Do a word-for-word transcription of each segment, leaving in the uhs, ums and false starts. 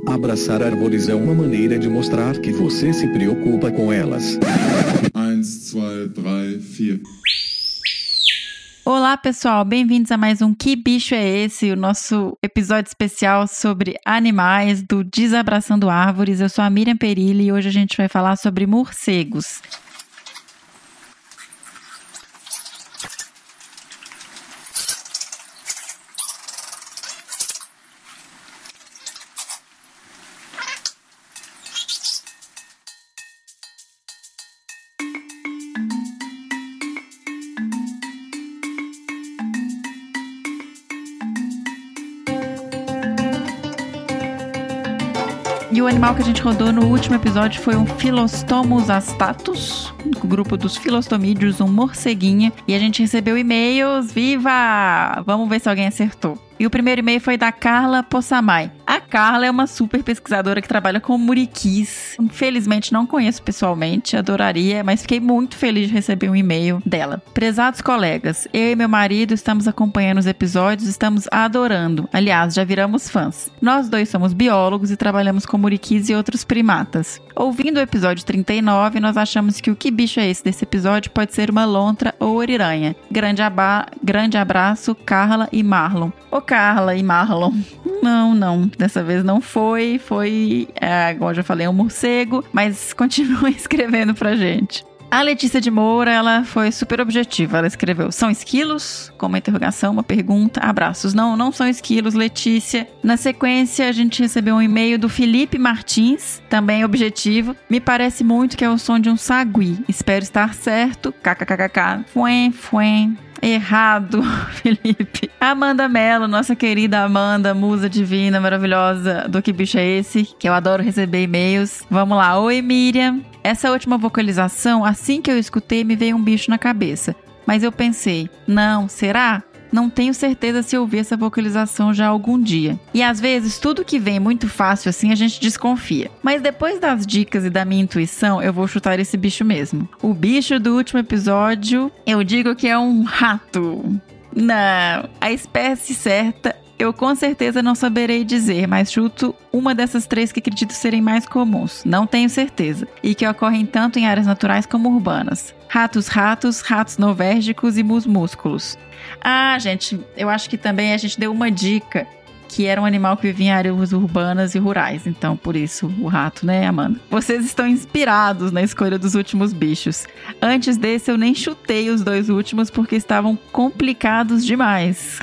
Abraçar árvores é uma maneira de mostrar que você se preocupa com elas. Um, dois, três, quatro. Olá pessoal, bem-vindos a mais um Que Bicho é Esse? O nosso episódio especial sobre animais do Desabraçando Árvores. Eu sou a Miriam Perilli e hoje a gente vai falar sobre morcegos. E o animal que a gente rodou no último episódio foi um Philostomus astatus, o grupo dos filostomídeos, um morceguinho. E a gente recebeu e-mails, viva! Vamos ver se alguém acertou. E o primeiro e-mail foi da Carla Possamay. A Carla é uma super pesquisadora que trabalha com muriquis. Infelizmente não conheço pessoalmente, adoraria, mas fiquei muito feliz de receber um e-mail dela. Prezados colegas, eu e meu marido estamos acompanhando os episódios, estamos adorando. Aliás, já viramos fãs. Nós dois somos biólogos e trabalhamos com muriquis e outros primatas. Ouvindo o episódio trinta e nove, nós achamos que o que bicho é esse desse episódio pode ser uma lontra ou oriranha. Grande, aba- grande abraço, Carla e Marlon. Ô Carla e Marlon, não, não, dessa vez não foi, foi, é, igual eu já falei, um morcego, mas continua escrevendo pra gente. A Letícia de Moura, ela foi super objetiva, ela escreveu, são esquilos? Com uma interrogação, uma pergunta, abraços. Não, não são esquilos, Letícia. Na sequência, a gente recebeu um e-mail do Felipe Martins, também objetivo. Me parece muito que é o som de um sagui, espero estar certo, kkkk, fuem, fuem. Errado, Felipe. Amanda Mello, nossa querida Amanda, musa divina, maravilhosa do Que Bicho é Esse? Que eu adoro receber e-mails. Vamos lá. Oi, Miriam. Essa última vocalização, assim que eu escutei, me veio um bicho na cabeça. Mas eu pensei, não, será? Não tenho certeza se ouvi essa vocalização já algum dia. E às vezes, tudo que vem muito fácil assim, a gente desconfia. Mas depois das dicas e da minha intuição, eu vou chutar esse bicho mesmo. O bicho do último episódio, eu digo que é um rato. Não, a espécie certa eu com certeza não saberei dizer, mas chuto uma dessas três que acredito serem mais comuns. Não tenho certeza. E que ocorrem tanto em áreas naturais como urbanas. Ratos, ratos, ratos novérgicos e musmúsculos. Ah, gente, eu acho que também a gente deu uma dica que era um animal que vivia em áreas urbanas e rurais. Então, por isso, o rato, né, Amanda? Vocês estão inspirados na escolha dos últimos bichos. Antes desse, eu nem chutei os dois últimos porque estavam complicados demais.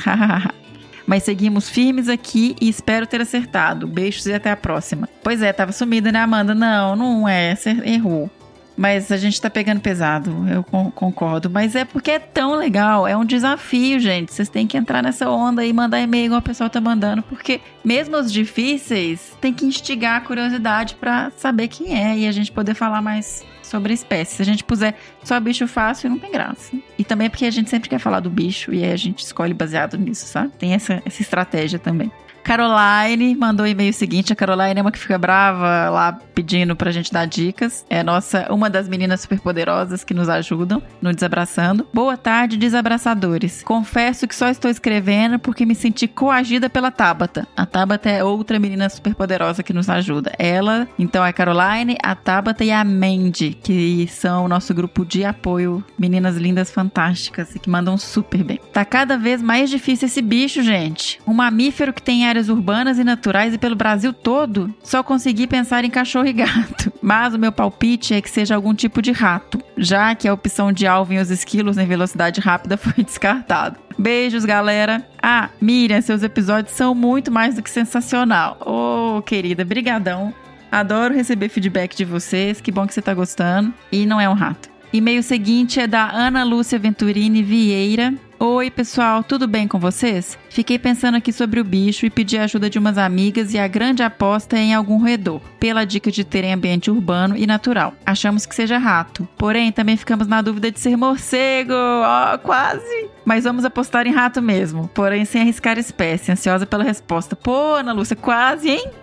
Mas seguimos firmes aqui e espero ter acertado. Beijos e até a próxima. Pois é, tava sumida, né, Amanda? Não, não é. Você errou. Mas a gente tá pegando pesado, eu concordo. Mas é porque é tão legal, é um desafio, gente. Vocês têm que entrar nessa onda e mandar e-mail igual o pessoal tá mandando. Porque mesmo os difíceis, tem que instigar a curiosidade pra saber quem é e a gente poder falar mais sobre a espécie. Se a gente puser só bicho fácil, não tem graça. E também é porque a gente sempre quer falar do bicho e aí a gente escolhe baseado nisso, sabe? Tem essa, essa estratégia também. Caroline mandou o e-mail seguinte. A Caroline é uma que fica brava lá pedindo pra gente dar dicas. É nossa, uma das meninas superpoderosas que nos ajudam no Desabraçando. Boa tarde, desabraçadores. Confesso que só estou escrevendo porque me senti coagida pela Tabata. A Tabata é outra menina superpoderosa que nos ajuda. Ela, então, é a Caroline, a Tabata e a Mandy, que são o nosso grupo de apoio. Meninas lindas, fantásticas e que mandam super bem. Tá cada vez mais difícil esse bicho, gente. Um mamífero que tem áreas urbanas e naturais e pelo Brasil todo, só consegui pensar em cachorro e gato. Mas o meu palpite é que seja algum tipo de rato, já que a opção de alvo em os esquilos em velocidade rápida foi descartada. Beijos, galera. Ah, Miriam, seus episódios são muito mais do que sensacional. Ô, oh, querida, brigadão. Adoro receber feedback de vocês. Que bom que você tá gostando. E não é um rato. E-mail seguinte é da Ana Lúcia Venturini Vieira. Oi, pessoal, tudo bem com vocês? Fiquei pensando aqui sobre o bicho e pedi a ajuda de umas amigas e a grande aposta é em algum roedor, pela dica de ter em ambiente urbano e natural. Achamos que seja rato, porém também ficamos na dúvida de ser morcego, ó, oh, quase! Mas vamos apostar em rato mesmo, porém sem arriscar espécie, ansiosa pela resposta. Pô, Ana Lúcia, quase, hein?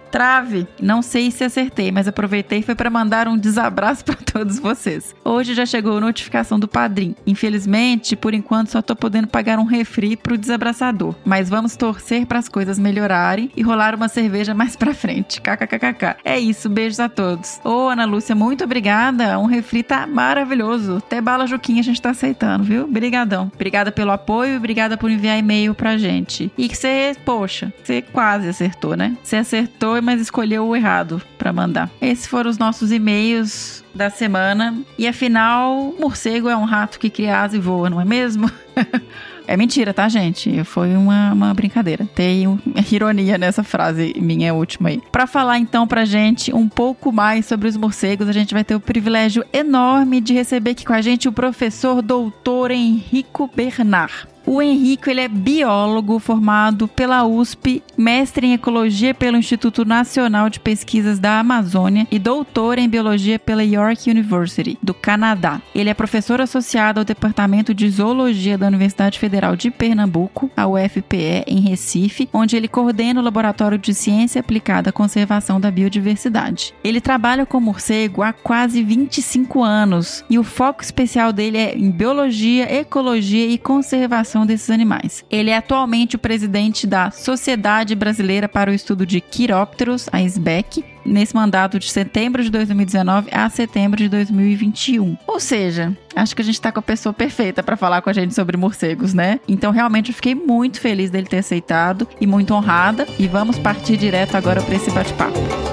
Trave. Não sei se acertei, mas aproveitei foi para mandar um desabraço para todos vocês. Hoje já chegou a notificação do padrinho. Infelizmente, por enquanto só tô podendo pagar um refri pro desabraçador, mas vamos torcer para as coisas melhorarem e rolar uma cerveja mais pra frente. Kkkk. É isso, beijos a todos. Ô, Ana Lúcia, muito obrigada. Um refri tá maravilhoso. Até bala Juquinha a gente tá aceitando, viu? Brigadão. Obrigada pelo apoio e obrigada por enviar e-mail pra gente. E que você, poxa, você quase acertou, né? Você acertou, mas escolheu o errado pra mandar. Esses foram os nossos e-mails da semana. E afinal, morcego é um rato que cria asa e voa, não é mesmo? É mentira, tá, gente? Foi uma, uma brincadeira. Tem uma ironia nessa frase minha última aí. Pra falar então pra gente um pouco mais sobre os morcegos, a gente vai ter o privilégio enorme de receber aqui com a gente o professor doutor Henrico Bernard. O Henrico, ele é biólogo formado pela U S P, mestre em ecologia pelo Instituto Nacional de Pesquisas da Amazônia e doutor em biologia pela York University, do Canadá. Ele é professor associado ao Departamento de Zoologia da Universidade Federal de Pernambuco, a U F P E, em Recife, onde ele coordena o Laboratório de Ciência Aplicada à Conservação da Biodiversidade. Ele trabalha com morcego há quase vinte e cinco anos e o foco especial dele é em biologia, ecologia e conservação desses animais. Ele é atualmente o presidente da Sociedade Brasileira para o Estudo de Quirópteros, a S B E C, nesse mandato de setembro de dois mil e dezenove a setembro de dois mil e vinte e um. Ou seja, acho que a gente tá com a pessoa perfeita para falar com a gente sobre morcegos, né? Então, realmente, eu fiquei muito feliz dele ter aceitado e muito honrada. E vamos partir direto agora para esse bate-papo.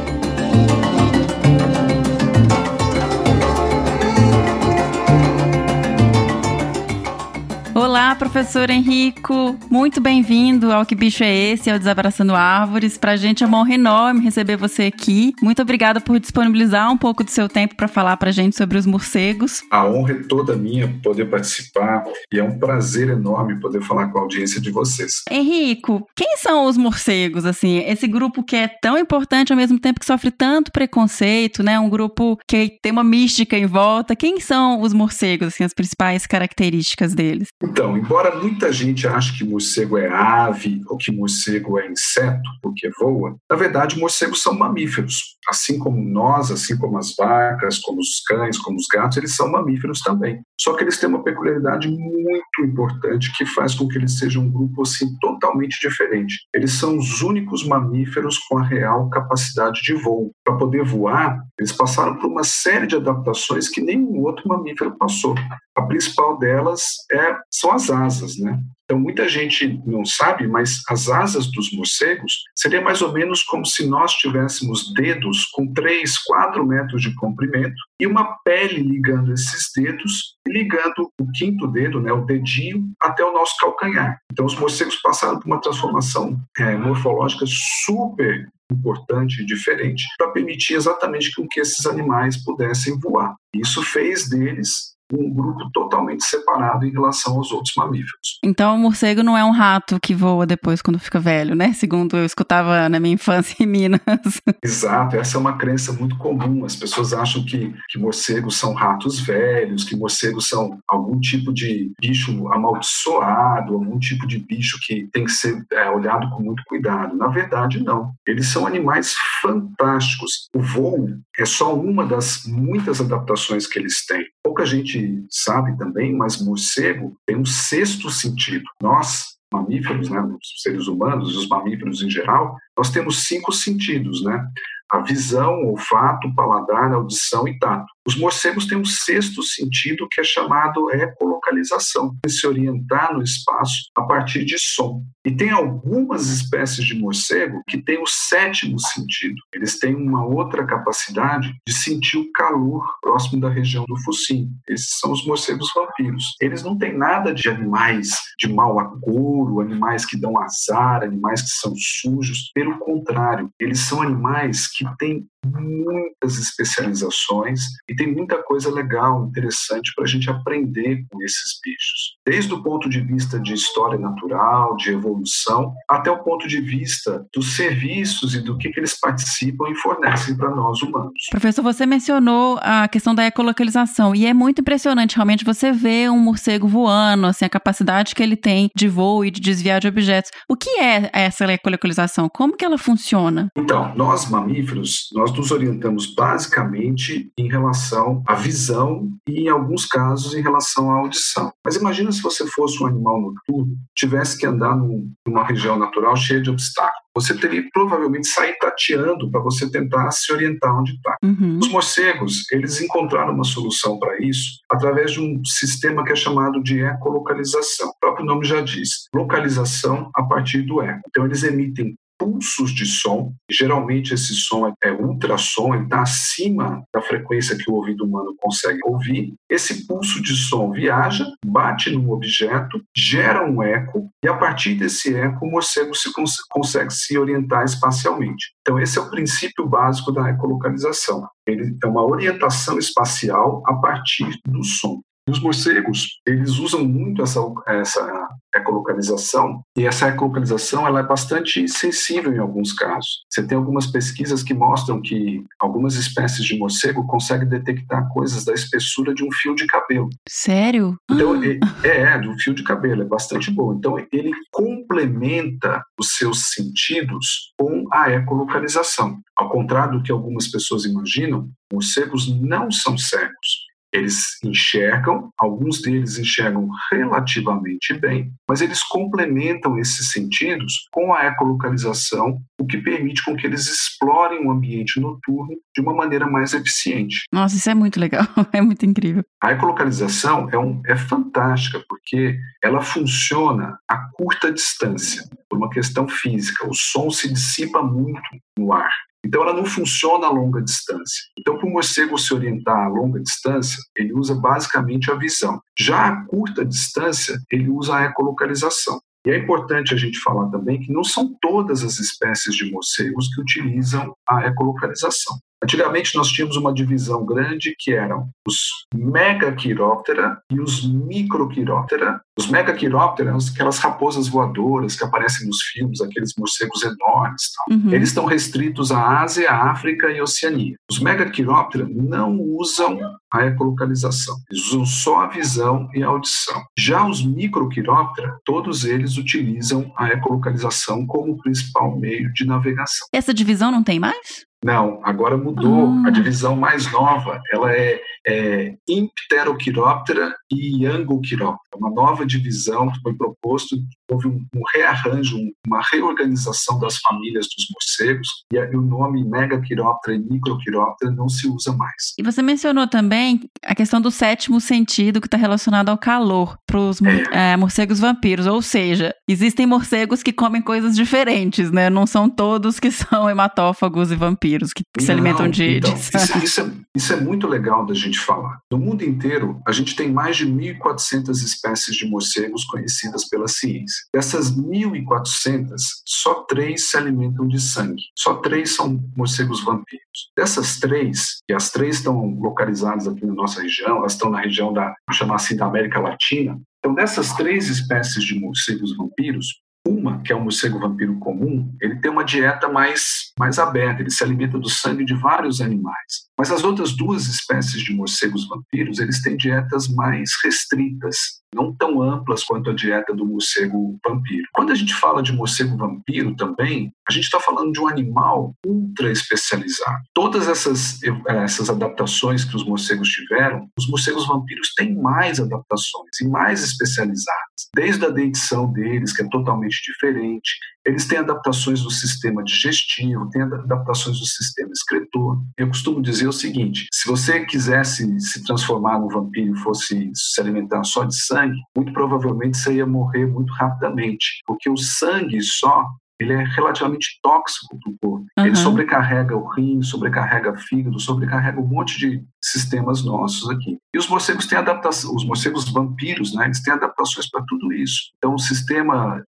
Olá, professor Henrico, muito bem-vindo ao Que Bicho é Esse, ao Desabraçando Árvores. Pra gente é uma honra enorme receber você aqui. Muito obrigada por disponibilizar um pouco do seu tempo para falar pra gente sobre os morcegos. A honra é toda minha poder participar e é um prazer enorme poder falar com a audiência de vocês. Henrico, quem são os morcegos, assim? Esse grupo que é tão importante ao mesmo tempo que sofre tanto preconceito, né? Um grupo que tem uma mística em volta. Quem são os morcegos, assim, as principais características deles? Então, embora muita gente ache que morcego é ave ou que morcego é inseto, porque voa, na verdade, morcegos são mamíferos. Assim como nós, assim como as vacas, como os cães, como os gatos, eles são mamíferos também. Só que eles têm uma peculiaridade muito importante que faz com que eles sejam um grupo assim, totalmente diferente. Eles são os únicos mamíferos com a real capacidade de voo. Para poder voar, eles passaram por uma série de adaptações que nenhum outro mamífero passou. A principal delas é, são as asas, né? Então, muita gente não sabe, mas as asas dos morcegos seria mais ou menos como se nós tivéssemos dedos com três, quatro metros de comprimento e uma pele ligando esses dedos e ligando o quinto dedo, né, o dedinho, até o nosso calcanhar. Então, os morcegos passaram por uma transformação é, morfológica super importante e diferente para permitir exatamente com que esses animais pudessem voar. Isso fez deles um grupo totalmente separado em relação aos outros mamíferos. Então o morcego não é um rato que voa depois quando fica velho, né? Segundo eu escutava na minha infância em Minas. Exato, essa é uma crença muito comum. As pessoas acham que, que morcegos são ratos velhos, que morcegos são algum tipo de bicho amaldiçoado, algum tipo de bicho que tem que ser é, olhado com muito cuidado. Na verdade, não. Eles são animais fantásticos. O voo é só uma das muitas adaptações que eles têm. Pouca gente sabe também, mas morcego tem um sexto sentido. Nós, mamíferos, né, os seres humanos, os mamíferos em geral, nós temos cinco sentidos, né? A visão, olfato, paladar, audição e tato. Os morcegos têm um sexto sentido que é chamado ecolocalização, que é se orientar no espaço a partir de som. E tem algumas espécies de morcego que têm o sétimo sentido. Eles têm uma outra capacidade de sentir o calor próximo da região do focinho. Esses são os morcegos vampiros. Eles não têm nada de animais de mau agouro, animais que dão azar, animais que são sujos. Pelo contrário, eles são animais que têm muitas especializações e tem muita coisa legal, interessante para a gente aprender com esses bichos. Desde o ponto de vista de história natural, de evolução, até o ponto de vista dos serviços e do que, que eles participam e fornecem para nós humanos. Professor, você mencionou a questão da ecolocalização e é muito impressionante realmente você ver um morcego voando, assim, a capacidade que ele tem de voo e de desviar de objetos. O que é essa ecolocalização? Como que ela funciona? Então, nós mamíferos, nós nos orientamos basicamente em relação à visão e, em alguns casos, em relação à audição. Mas imagina se você fosse um animal noturno, tivesse que andar num, numa região natural cheia de obstáculos. Você teria que provavelmente sair tateando para você tentar se orientar onde está. Uhum. Os morcegos, eles encontraram uma solução para isso através de um sistema que é chamado de ecolocalização. O próprio nome já diz, localização a partir do eco. Então, eles emitem pulsos de som, geralmente esse som é ultrassom, ele está acima da frequência que o ouvido humano consegue ouvir. Esse pulso de som viaja, bate num objeto, gera um eco e a partir desse eco o morcego se cons- consegue se orientar espacialmente. Então esse é o princípio básico da ecolocalização. Ele é uma orientação espacial a partir do som. E os morcegos, eles usam muito essa, essa ecolocalização, e essa ecolocalização ela é bastante sensível em alguns casos. Você tem algumas pesquisas que mostram que algumas espécies de morcego conseguem detectar coisas da espessura de um fio de cabelo. Sério? Então, é, é, de um fio de cabelo, é bastante bom. Então, ele complementa os seus sentidos com a ecolocalização. Ao contrário do que algumas pessoas imaginam, morcegos não são cegos. Eles enxergam, alguns deles enxergam relativamente bem, mas eles complementam esses sentidos com a ecolocalização, o que permite com que eles explorem o ambiente noturno de uma maneira mais eficiente. Nossa, isso é muito legal, é muito incrível. A ecolocalização é, um, é fantástica porque ela funciona a curta distância, por uma questão física. O som se dissipa muito no ar. Então, ela não funciona a longa distância. Então, para o morcego se orientar a longa distância, ele usa basicamente a visão. Já a curta distância, ele usa a ecolocalização. E é importante a gente falar também que não são todas as espécies de morcegos que utilizam a ecolocalização. Antigamente nós tínhamos uma divisão grande que eram os Megachiroptera e os Microchiroptera. Os Megachiroptera são aquelas raposas voadoras que aparecem nos filmes, aqueles morcegos enormes. Tal. Uhum. Eles estão restritos à Ásia, África e Oceania. Os Megachiroptera não usam a ecolocalização, eles usam só a visão e a audição. Já os Microchiroptera, todos eles utilizam a ecolocalização como principal meio de navegação. Essa divisão não tem mais? Não, agora mudou. Ah. A divisão mais nova, ela é, é Impterochiroptera e Yangochiroptera. Uma nova divisão que foi proposto, houve um, um rearranjo, uma reorganização das famílias dos morcegos e, e o nome Megachiroptera e Microchiroptera não se usa mais. E você mencionou também a questão do sétimo sentido que está relacionado ao calor para os é. é, morcegos vampiros, ou seja, existem morcegos que comem coisas diferentes, né? Não são todos que são hematófagos e vampiros. Que, que se alimentam de, então, de sangue. Isso, isso, é, isso é muito legal da gente falar. No mundo inteiro, a gente tem mais de mil e quatrocentas espécies de morcegos conhecidas pela ciência. Dessas mil e quatrocentas, só três se alimentam de sangue. Só três são morcegos vampiros. Dessas três, e as três estão localizadas aqui na nossa região, elas estão na região da, vamos chamar assim, da América Latina. Então, dessas três espécies de morcegos vampiros, uma, que é o morcego vampiro comum, ele tem uma dieta mais, mais aberta, ele se alimenta do sangue de vários animais. Mas as outras duas espécies de morcegos vampiros, eles têm dietas mais restritas, não tão amplas quanto a dieta do morcego vampiro. Quando a gente fala de morcego vampiro também, a gente está falando de um animal ultra especializado. Todas essas, essas adaptações que os morcegos tiveram, os morcegos vampiros têm mais adaptações e mais especializadas. Desde a dentição deles, que é totalmente diferente, eles têm adaptações do sistema digestivo, têm adaptações do sistema excretor. Eu costumo dizer o seguinte, se você quisesse se transformar num vampiro e fosse se alimentar só de sangue, muito provavelmente você ia morrer muito rapidamente, porque o sangue só, ele é relativamente tóxico para o corpo. Uhum. Ele sobrecarrega o rim, sobrecarrega o fígado, sobrecarrega um monte de sistemas nossos aqui. E os morcegos têm adaptação, os morcegos vampiros, né, eles têm adaptações para tudo isso. Então o sistema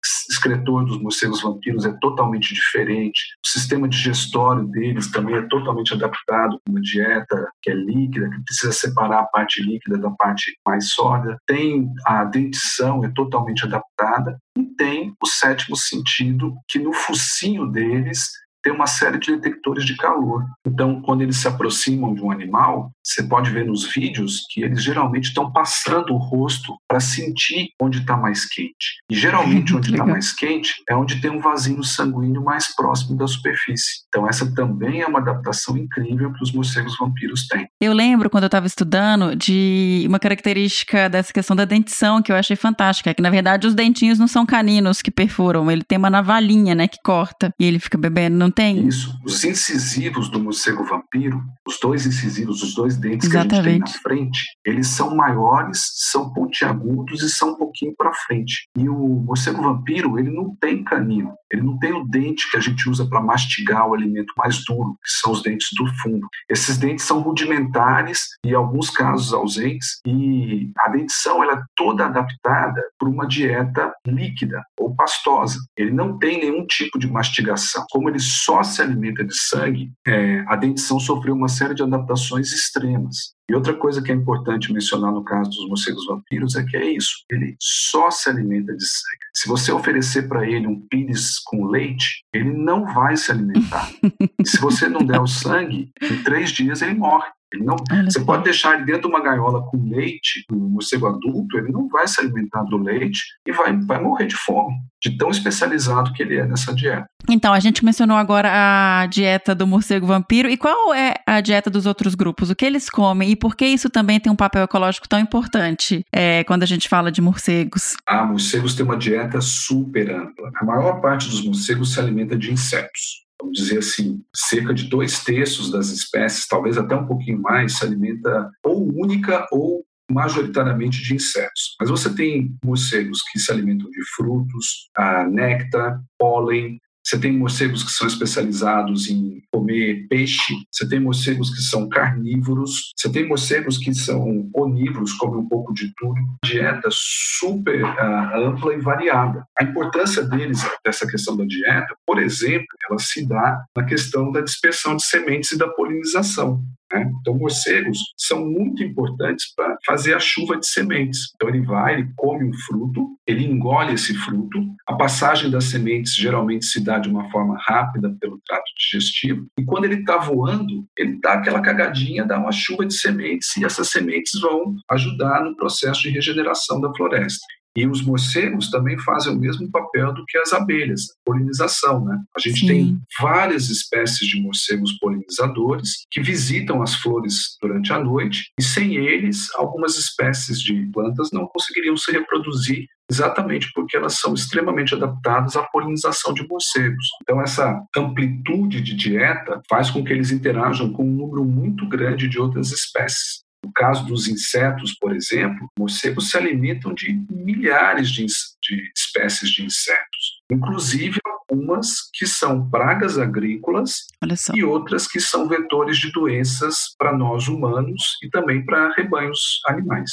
excretor dos morcegos vampiros é totalmente diferente, o sistema digestório deles também é totalmente adaptado com uma dieta que é líquida, que precisa separar a parte líquida da parte mais sólida, tem a dentição, é totalmente adaptada, e tem o sétimo sentido, que no focinho deles tem uma série de detectores de calor. Então, quando eles se aproximam de um animal, você pode ver nos vídeos que eles geralmente estão passando o rosto para sentir onde está mais quente. E geralmente onde está mais quente é onde tem um vasinho sanguíneo mais próximo da superfície. Então, essa também é uma adaptação incrível que os morcegos vampiros têm. Eu lembro, quando eu estava estudando, de uma característica dessa questão da dentição que eu achei fantástica, é que, na verdade, os dentinhos não são caninos que perfuram, ele tem uma navalhinha, né, que corta, e ele fica bebendo, não tem? Isso. Os incisivos do morcego vampiro, os dois incisivos, os dois dentes Exatamente. que a gente tem na frente, eles são maiores, são pontiagudos e são um pouquinho para frente. E o morcego vampiro, ele não tem canino, ele não tem o dente que a gente usa para mastigar o alimento mais duro, que são os dentes do fundo. Esses dentes são rudimentares e, em alguns casos, ausentes, e a dentição ela é toda adaptada para uma dieta líquida ou pastosa. Ele não tem nenhum tipo de mastigação. Como ele só se alimenta de sangue, é, a dentição sofreu uma série de adaptações extremas. E outra coisa que é importante mencionar no caso dos morcegos vampiros é que é isso, ele só se alimenta de sangue. Se você oferecer para ele um pires com leite, ele não vai se alimentar. E se você não der o sangue, em três dias ele morre. Ele não, você pode deixar ele dentro de uma gaiola com leite, um morcego adulto, ele não vai se alimentar do leite e vai, vai morrer de fome, de tão especializado que ele é nessa dieta. Então, a gente mencionou agora a dieta do morcego vampiro. E qual é a dieta dos outros grupos? O que eles comem e por que isso também tem um papel ecológico tão importante é, quando a gente fala de morcegos? Ah, morcegos têm uma dieta super ampla. A maior parte dos morcegos se alimenta de insetos. Vamos dizer assim, cerca de dois terços das espécies, talvez até um pouquinho mais, se alimenta ou única ou majoritariamente de insetos. Mas você tem morcegos que se alimentam de frutos, néctar, pólen. Você tem morcegos que são especializados em comer peixe, você tem morcegos que são carnívoros, você tem morcegos que são onívoros, comem um pouco de tudo. Dieta super uh, ampla e variada. A importância deles, dessa questão da dieta, por exemplo, ela se dá na questão da dispersão de sementes e da polinização. Né? Então, morcegos são muito importantes para fazer a chuva de sementes. Então, ele vai, ele come um fruto, ele engole esse fruto, a passagem das sementes geralmente se dá de uma forma rápida pelo trato digestivo, e quando ele está voando, ele dá aquela cagadinha, dá uma chuva de sementes, e essas sementes vão ajudar no processo de regeneração da floresta. E os morcegos também fazem o mesmo papel do que as abelhas, a polinização, né? A gente Sim. tem várias espécies de morcegos polinizadores que visitam as flores durante a noite, e sem eles, algumas espécies de plantas não conseguiriam se reproduzir, exatamente porque elas são extremamente adaptadas à polinização de morcegos. Então, essa amplitude de dieta faz com que eles interajam com um número muito grande de outras espécies. No caso dos insetos, por exemplo, morcegos se alimentam de milhares de, de espécies de insetos, inclusive algumas que são pragas agrícolas e outras que são vetores de doenças para nós humanos e também para rebanhos animais.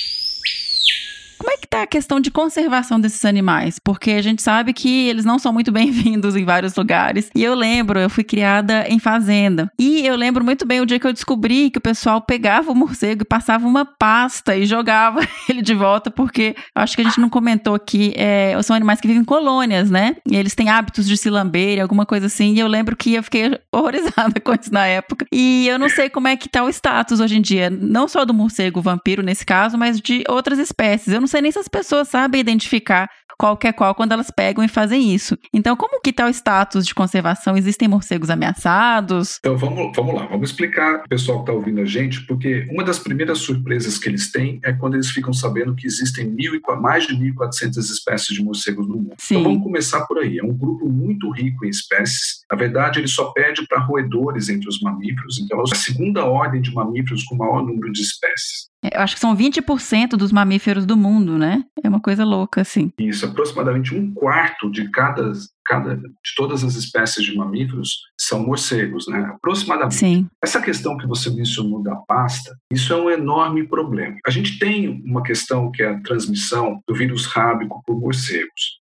Como é que tá a questão de conservação desses animais? Porque a gente sabe que eles não são muito bem-vindos em vários lugares. E eu lembro, eu fui criada em fazenda. E eu lembro muito bem o dia que eu descobri que o pessoal pegava o morcego e passava uma pasta e jogava ele de volta, porque acho que a gente não comentou aqui, é, são animais que vivem em colônias, né? E eles têm hábitos de se lamber, alguma coisa assim. E eu lembro que eu fiquei horrorizada com isso na época. E eu não sei como é que tá o status hoje em dia, não só do morcego vampiro nesse caso, mas de outras espécies. Eu não sei nem se as pessoas sabem identificar qual que é qual quando elas pegam e fazem isso. Então, como que está o status de conservação? Existem morcegos ameaçados? Então, vamos, vamos lá, vamos explicar pro pessoal que está ouvindo a gente, porque uma das primeiras surpresas que eles têm é quando eles ficam sabendo que existem mil e, mais de mil e quatrocentas espécies de morcegos no mundo. Sim. Então, vamos começar por aí. É um grupo muito rico em espécies. Na verdade, ele só perde para roedores entre os mamíferos. Então, é a segunda ordem de mamíferos com o maior número de espécies. Eu acho que são vinte por cento dos mamíferos do mundo, né? É uma coisa louca, assim. Isso, aproximadamente um quarto de cada, cada de todas as espécies de mamíferos são morcegos, né? Aproximadamente. Sim. Essa questão que você mencionou da pasta, isso é um enorme problema. A gente tem uma questão que é a transmissão do vírus rábico por morcegos.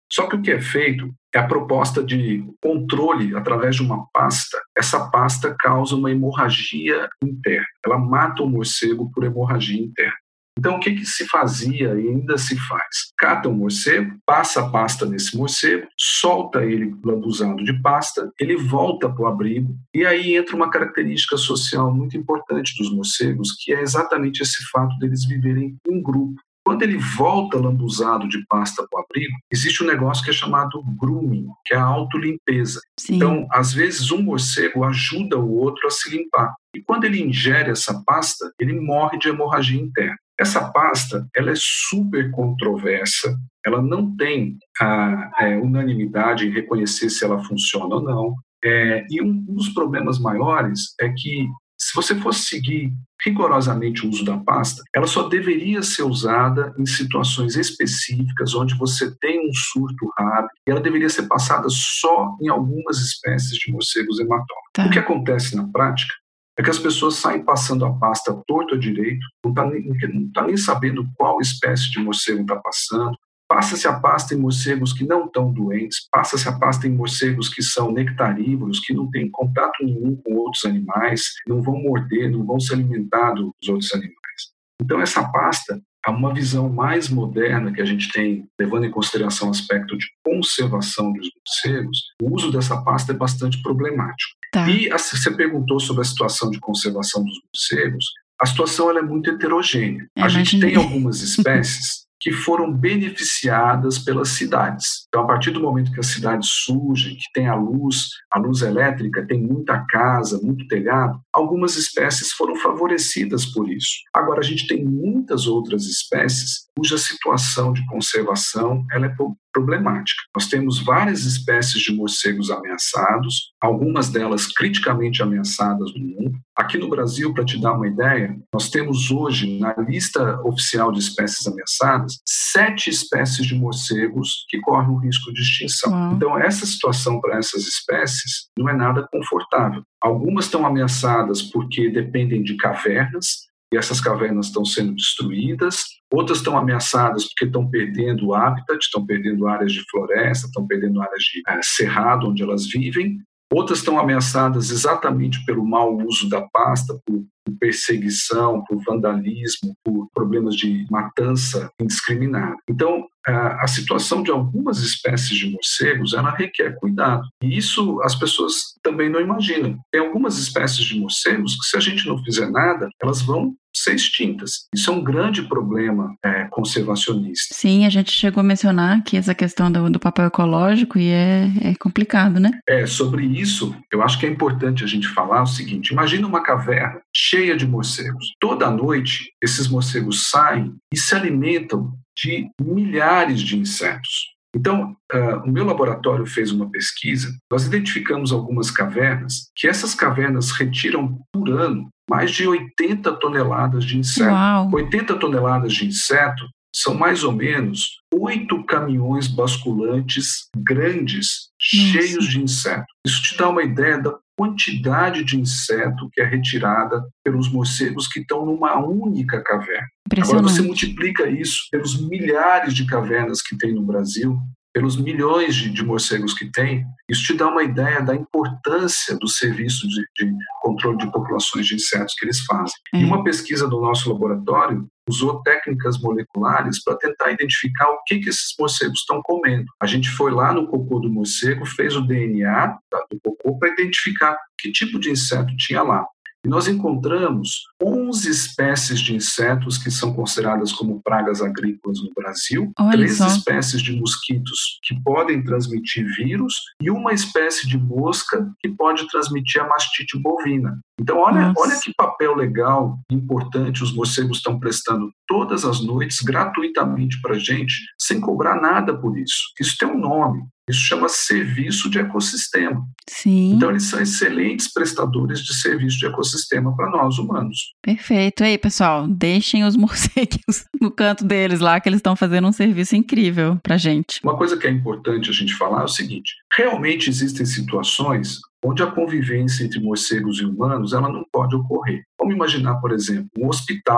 Só que o que é feito é a proposta de controle através de uma pasta. Essa pasta causa uma hemorragia interna. Ela mata o morcego por hemorragia interna. Então, o que, que se fazia e ainda se faz? Cata um morcego, passa a pasta nesse morcego, solta ele lambuzado de pasta, ele volta para o abrigo, e aí entra uma característica social muito importante dos morcegos, que é exatamente esse fato deles viverem em grupo. Quando ele volta lambuzado de pasta para o abrigo, existe um negócio que é chamado grooming, que é a autolimpeza. Sim. Então, às vezes, um morcego ajuda o outro a se limpar. E quando ele ingere essa pasta, ele morre de hemorragia interna. Essa pasta, ela é super controversa, ela não tem a é, unanimidade em reconhecer se ela funciona ou não. É, e um dos problemas maiores é que, se você fosse seguir rigorosamente o uso da pasta, ela só deveria ser usada em situações específicas, onde você tem um surto raro, e ela deveria ser passada só em algumas espécies de morcegos hematófagos. Tá. O que acontece na prática é que as pessoas saem passando a pasta torto ou direito, não está nem, não tá nem sabendo qual espécie de morcego está passando. Passa-se a pasta em morcegos que não estão doentes, passa-se a pasta em morcegos que são nectarívoros, que não têm contato nenhum com outros animais, não vão morder, não vão se alimentar dos outros animais. Então, essa pasta é uma visão mais moderna que a gente tem, levando em consideração o aspecto de conservação dos morcegos. O uso dessa pasta é bastante problemático. Tá. E você perguntou sobre a situação de conservação dos morcegos. A situação ela é muito heterogênea. É, a gente imaginei. tem algumas espécies que foram beneficiadas pelas cidades. Então, a partir do momento que as cidades surgem, que tem a luz, a luz elétrica, tem muita casa, muito telhado, algumas espécies foram favorecidas por isso. Agora, a gente tem muitas outras espécies cuja situação de conservação ela é problemática. Nós temos várias espécies de morcegos ameaçados, algumas delas criticamente ameaçadas no mundo. Aqui no Brasil, para te dar uma ideia, nós temos hoje, na lista oficial de espécies ameaçadas, sete espécies de morcegos que correm o risco de extinção. Uau. Então, essa situação para essas espécies não é nada confortável. Algumas estão ameaçadas porque dependem de cavernas, e essas cavernas estão sendo destruídas. Outras estão ameaçadas porque estão perdendo o habitat, estão perdendo áreas de floresta, estão perdendo áreas de é, cerrado onde elas vivem. Outras estão ameaçadas exatamente pelo mau uso da pasta, por perseguição, por vandalismo, por problemas de matança indiscriminada. Então, a situação de algumas espécies de morcegos, ela requer cuidado. E isso as pessoas também não imaginam. Tem algumas espécies de morcegos que, se a gente não fizer nada, elas vão ser extintas. Isso é um grande problema é, conservacionista. Sim, a gente chegou a mencionar aqui essa questão do, do papel ecológico e é, é complicado, né? É, sobre isso, eu acho que é importante a gente falar o seguinte: imagina uma caverna cheia de morcegos. Toda noite, esses morcegos saem e se alimentam de milhares de insetos. Então, uh, o meu laboratório fez uma pesquisa, nós identificamos algumas cavernas, que essas cavernas retiram por ano mais de oitenta toneladas de inseto. Uau. oitenta toneladas de inseto são mais ou menos oito caminhões basculantes grandes, Nossa. cheios de inseto. Isso te dá uma ideia da quantidade de inseto que é retirada pelos morcegos que estão numa única caverna. Agora você multiplica isso pelos milhares de cavernas que tem no Brasil, pelos milhões de, de morcegos que tem, isso te dá uma ideia da importância do serviço de, de controle de populações de insetos que eles fazem. É. E uma pesquisa do nosso laboratório usou técnicas moleculares para tentar identificar o que, que esses morcegos estão comendo. A gente foi lá no cocô do morcego, fez o D N A do cocô para identificar que tipo de inseto tinha lá. E nós encontramos onze espécies de insetos que são consideradas como pragas agrícolas no Brasil, Olha três só. espécies de mosquitos que podem transmitir vírus e uma espécie de mosca que pode transmitir a mastite bovina. Então, olha, olha que papel legal e importante os morcegos estão prestando todas as noites gratuitamente para a gente, sem cobrar nada por isso. Isso tem um nome. Isso chama serviço de ecossistema. Sim. Então, eles são excelentes prestadores de serviço de ecossistema para nós, humanos. Perfeito. E aí, pessoal, deixem os morceguinhos no canto deles lá, que eles estão fazendo um serviço incrível pra gente. Uma coisa que é importante a gente falar é o seguinte: realmente existem situações onde a convivência entre morcegos e humanos ela não pode ocorrer. Vamos imaginar, por exemplo, um hospital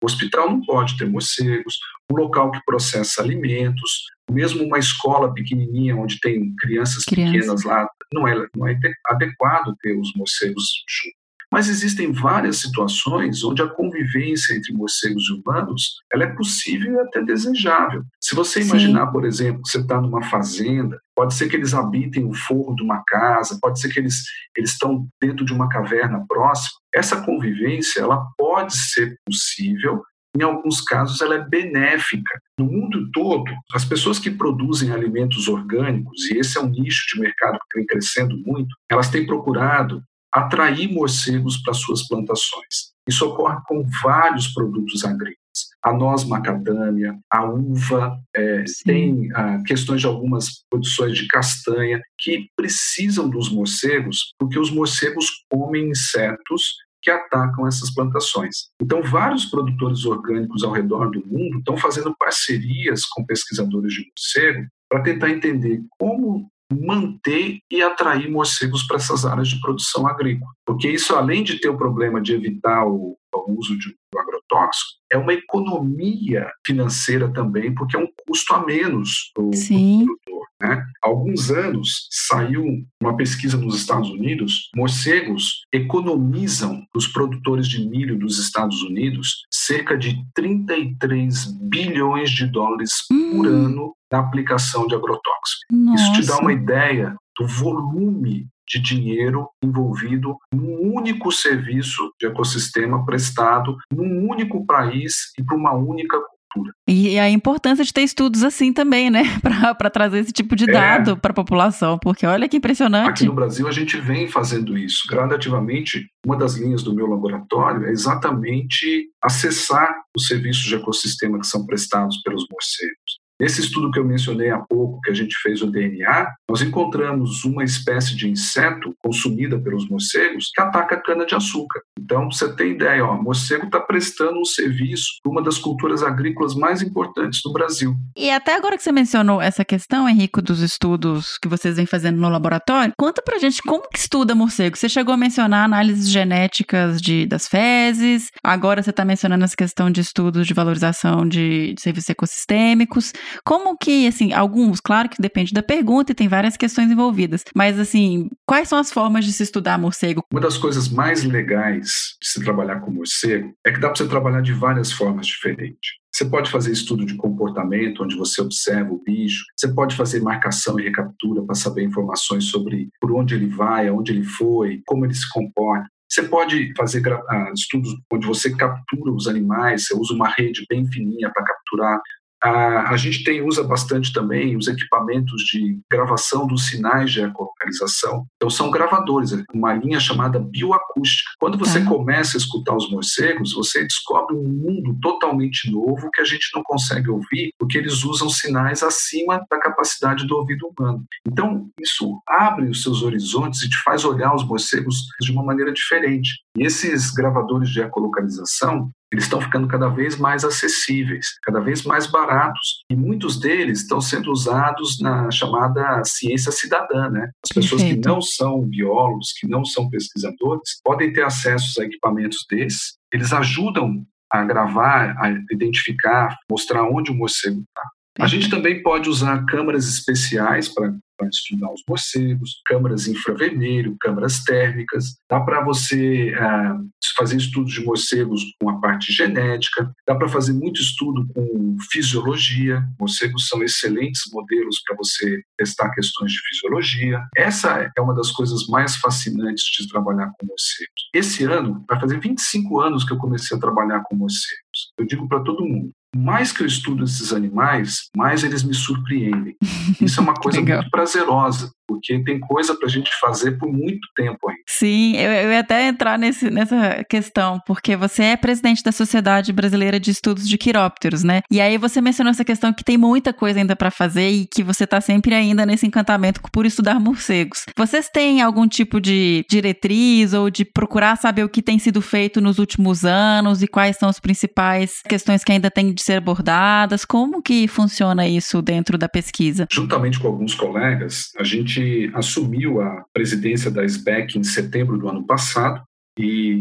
O hospital não pode ter morcegos, um local que processa alimentos, mesmo uma escola pequenininha onde tem crianças Criança. pequenas lá, não é, não é adequado ter os morcegos juntos. Mas existem várias situações onde a convivência entre morcegos e humanos ela é possível e até desejável. Se você imaginar, Sim. por exemplo, que você está numa fazenda, pode ser que eles habitem o forro de uma casa, pode ser que eles, eles estão dentro de uma caverna próxima. Essa convivência ela pode ser possível. Em alguns casos, ela é benéfica. No mundo todo, as pessoas que produzem alimentos orgânicos, e esse é um nicho de mercado que vem crescendo muito, elas têm procurado atrair morcegos para suas plantações. Isso ocorre com vários produtos agrícolas. A noz macadâmia, a uva, é, tem ah, questões de algumas produções de castanha que precisam dos morcegos, porque os morcegos comem insetos que atacam essas plantações. Então, vários produtores orgânicos ao redor do mundo estão fazendo parcerias com pesquisadores de morcego para tentar entender como manter e atrair morcegos para essas áreas de produção agrícola. Porque isso, além de ter o problema de evitar o, o uso de um agrotóxico, é uma economia financeira também, porque é um custo a menos para o produtor. Né? Há alguns anos saiu uma pesquisa nos Estados Unidos, morcegos economizam para os produtores de milho dos Estados Unidos cerca de trinta e três bilhões de dólares hum. por ano na aplicação de agrotóxico. Nossa. Isso te dá uma ideia do volume de dinheiro envolvido num único serviço de ecossistema prestado num único país e para uma única cultura. E a importância de ter estudos assim também, né? Para trazer esse tipo de dado é. para a população, porque olha que impressionante. Aqui no Brasil a gente vem fazendo isso. Gradativamente, uma das linhas do meu laboratório é exatamente acessar os serviços de ecossistema que são prestados pelos morcegos. Nesse estudo que eu mencionei há pouco, que a gente fez o D N A, nós encontramos uma espécie de inseto consumida pelos morcegos que ataca a cana-de-açúcar. Então, você tem ideia, ó, o morcego está prestando um serviço para uma das culturas agrícolas mais importantes do Brasil. E até agora que você mencionou essa questão, Henrico, dos estudos que vocês vêm fazendo no laboratório, conta pra gente como que estuda morcego. Você chegou a mencionar análises genéticas de, das fezes, agora você está mencionando essa questão de estudos de valorização de, de serviços ecossistêmicos. Como que, assim, alguns, claro que depende da pergunta e tem várias questões envolvidas, mas, assim, quais são as formas de se estudar morcego? Uma das coisas mais legais de se trabalhar com morcego é que dá para você trabalhar de várias formas diferentes. Você pode fazer estudo de comportamento, onde você observa o bicho. Você pode fazer marcação e recaptura para saber informações sobre por onde ele vai, aonde ele foi, como ele se comporta. Você pode fazer uh, estudos onde você captura os animais, você usa uma rede bem fininha para capturar. Uh, a gente tem, usa bastante também os equipamentos de gravação dos sinais de ecolocalização. Então, são gravadores, uma linha chamada bioacústica. Quando você tá. começa a escutar os morcegos, você descobre um mundo totalmente novo que a gente não consegue ouvir, porque eles usam sinais acima da capacidade do ouvido humano. Então, isso abre os seus horizontes e te faz olhar os morcegos de uma maneira diferente. E esses gravadores de ecolocalização, eles estão ficando cada vez mais acessíveis, cada vez mais baratos, e muitos deles estão sendo usados na chamada ciência cidadã, né? As pessoas Perfeito. que não são biólogos, que não são pesquisadores, podem ter acesso a equipamentos desses. Eles ajudam a gravar, a identificar, mostrar onde o morcego está. A gente também pode usar câmaras especiais para estudar os morcegos, câmaras infravermelho, câmaras térmicas. Dá para você uh, fazer estudos de morcegos com a parte genética, dá para fazer muito estudo com fisiologia. Morcegos são excelentes modelos para você testar questões de fisiologia. Essa é uma das coisas mais fascinantes de trabalhar com morcegos. Esse ano, vai fazer vinte e cinco anos que eu comecei a trabalhar com morcegos. Eu digo para todo mundo, mais que eu estudo esses animais, mais eles me surpreendem. Isso é uma coisa muito prazerosa, porque tem coisa pra gente fazer por muito tempo ainda. Sim, eu, eu ia até entrar nesse, nessa questão, porque você é presidente da Sociedade Brasileira de Estudos de Quirópteros, né? E aí você mencionou essa questão que tem muita coisa ainda pra fazer e que você tá sempre ainda nesse encantamento por estudar morcegos. Vocês têm algum tipo de diretriz ou de procurar saber o que tem sido feito nos últimos anos e quais são as principais questões que ainda têm de ser abordadas? Como que funciona isso dentro da pesquisa? Juntamente com alguns colegas, a gente assumiu a presidência da S B E C em setembro do ano passado e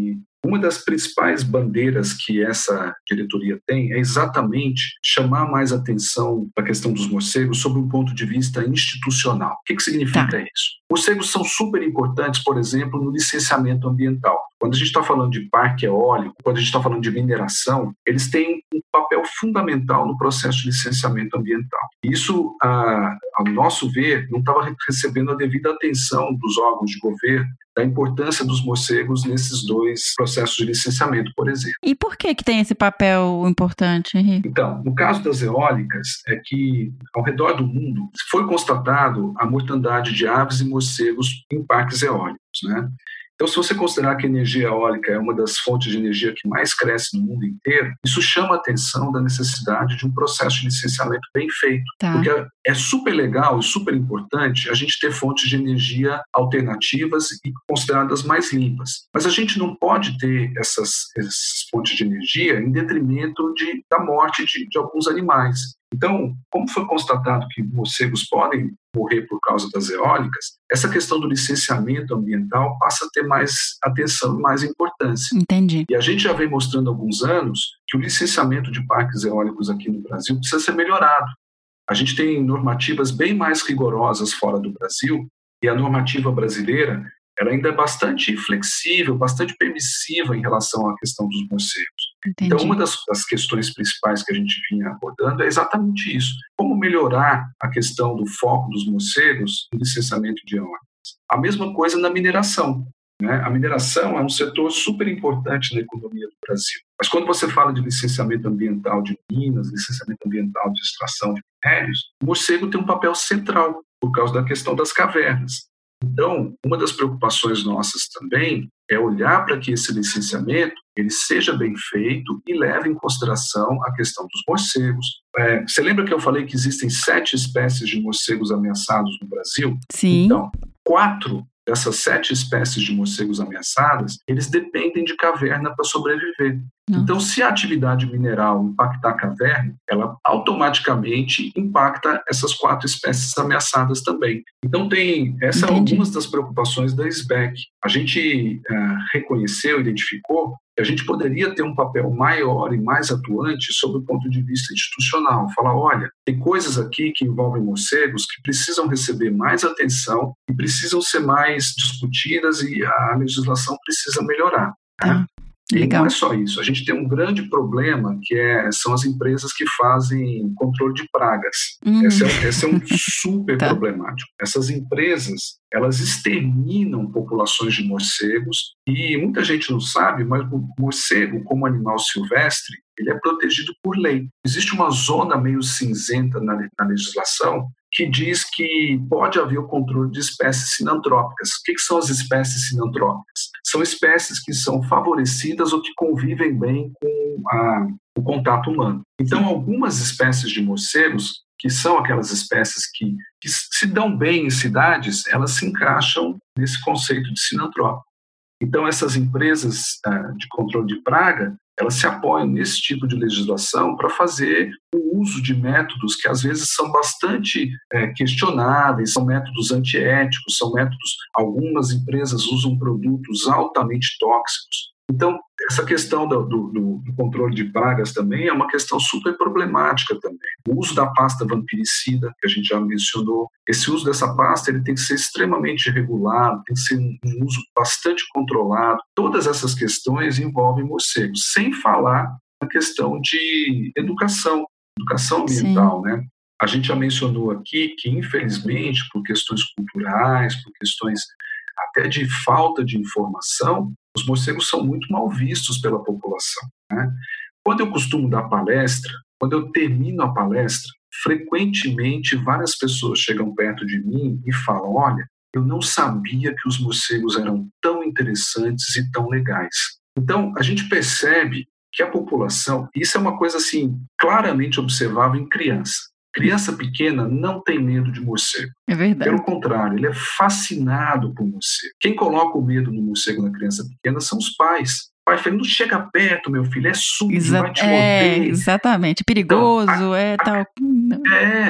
uma das principais bandeiras que essa diretoria tem é exatamente chamar mais atenção para a questão dos morcegos sob um ponto de vista institucional. O que, que significa Tá. isso? Morcegos são super importantes, por exemplo, no licenciamento ambiental. Quando a gente está falando de parque eólico, quando a gente está falando de mineração, eles têm um papel fundamental no processo de licenciamento ambiental. Isso, a, ao nosso ver, não estava recebendo a devida atenção dos órgãos de governo, da importância dos morcegos nesses dois processos de licenciamento, por exemplo. E por que que tem esse papel importante, Henrique? Então, no caso das eólicas, é que ao redor do mundo foi constatado a mortandade de aves e morcegos em parques eólicos, né? Então, se você considerar que a energia eólica é uma das fontes de energia que mais cresce no mundo inteiro, isso chama a atenção da necessidade de um processo de licenciamento bem feito. Tá. Porque é super legal e super importante a gente ter fontes de energia alternativas e consideradas mais limpas. Mas a gente não pode ter essas, essas fontes de energia em detrimento de, da morte de, de alguns animais. Então, como foi constatado que morcegos podem morrer por causa das eólicas, essa questão do licenciamento ambiental passa a ter mais atenção e mais importância. Entendi. E a gente já vem mostrando há alguns anos que o licenciamento de parques eólicos aqui no Brasil precisa ser melhorado. A gente tem normativas bem mais rigorosas fora do Brasil e a normativa brasileira ela ainda é bastante flexível, bastante permissiva em relação à questão dos morcegos. Entendi. Então, uma das, das questões principais que a gente vinha abordando é exatamente isso. Como melhorar a questão do foco dos morcegos no licenciamento de eólicas. A mesma coisa na mineração. Né? A mineração é um setor super importante na economia do Brasil. Mas quando você fala de licenciamento ambiental de minas, licenciamento ambiental de extração de minérios, o morcego tem um papel central por causa da questão das cavernas. Então, uma das preocupações nossas também é olhar para que esse licenciamento ele seja bem feito e leve em consideração a questão dos morcegos. É, você lembra que eu falei que existem sete espécies de morcegos ameaçados no Brasil? Sim. Então, quatro dessas sete espécies de morcegos ameaçadas, eles dependem de caverna para sobreviver. Nossa. Então, se a atividade mineral impactar a caverna, ela automaticamente impacta essas quatro espécies ameaçadas também. Então, tem essas são algumas das preocupações da S B E C. A gente uh, reconheceu, identificou que a gente poderia ter um papel maior e mais atuante sob o ponto de vista institucional. Falar, olha, tem coisas aqui que envolvem morcegos que precisam receber mais atenção e precisam ser mais discutidas e a legislação precisa melhorar. Tá. Né? E Legal. não é só isso, a gente tem um grande problema que é, são as empresas que fazem controle de pragas. Uhum. Esse, é, esse é um super Tá. problemático. Essas empresas, elas exterminam populações de morcegos e muita gente não sabe, mas o morcego, como animal silvestre, ele é protegido por lei. Existe uma zona meio cinzenta na, na legislação que diz que pode haver o controle de espécies sinantrópicas. O que, que são as espécies sinantrópicas? São espécies que são favorecidas ou que convivem bem com a, o contato humano. Então, algumas espécies de morcegos, que são aquelas espécies que, que se dão bem em cidades, elas se encaixam nesse conceito de sinantrópico. Então, essas empresas uh, de controle de praga, elas se apoiam nesse tipo de legislação para fazer o uso de métodos que às vezes são bastante é, questionáveis, são métodos antiéticos, são métodos, algumas empresas usam produtos altamente tóxicos. Então, essa questão do, do, do controle de pragas também é uma questão super problemática também. O uso da pasta vampiricida, que a gente já mencionou, esse uso dessa pasta ele tem que ser extremamente regulado, tem que ser um, um uso bastante controlado. Todas essas questões envolvem morcegos, sem falar na questão de educação, educação ambiental, Sim. né? A gente já mencionou aqui que, infelizmente, por questões culturais, por questões até de falta de informação, os morcegos são muito mal vistos pela população. Né? Quando eu costumo dar palestra, quando eu termino a palestra, frequentemente várias pessoas chegam perto de mim e falam, olha, eu não sabia que os morcegos eram tão interessantes e tão legais. Então, a gente percebe que a população, isso é uma coisa assim, claramente observável em criança. Criança pequena não tem medo de morcego. É verdade. Pelo contrário, ele é fascinado por morcego. Quem coloca o medo no morcego na criança pequena são os pais. O pai fala, não chega perto, meu filho, é sujo, Exa- vai te é, morder. exatamente, perigoso, Então, a, é a, tal. É,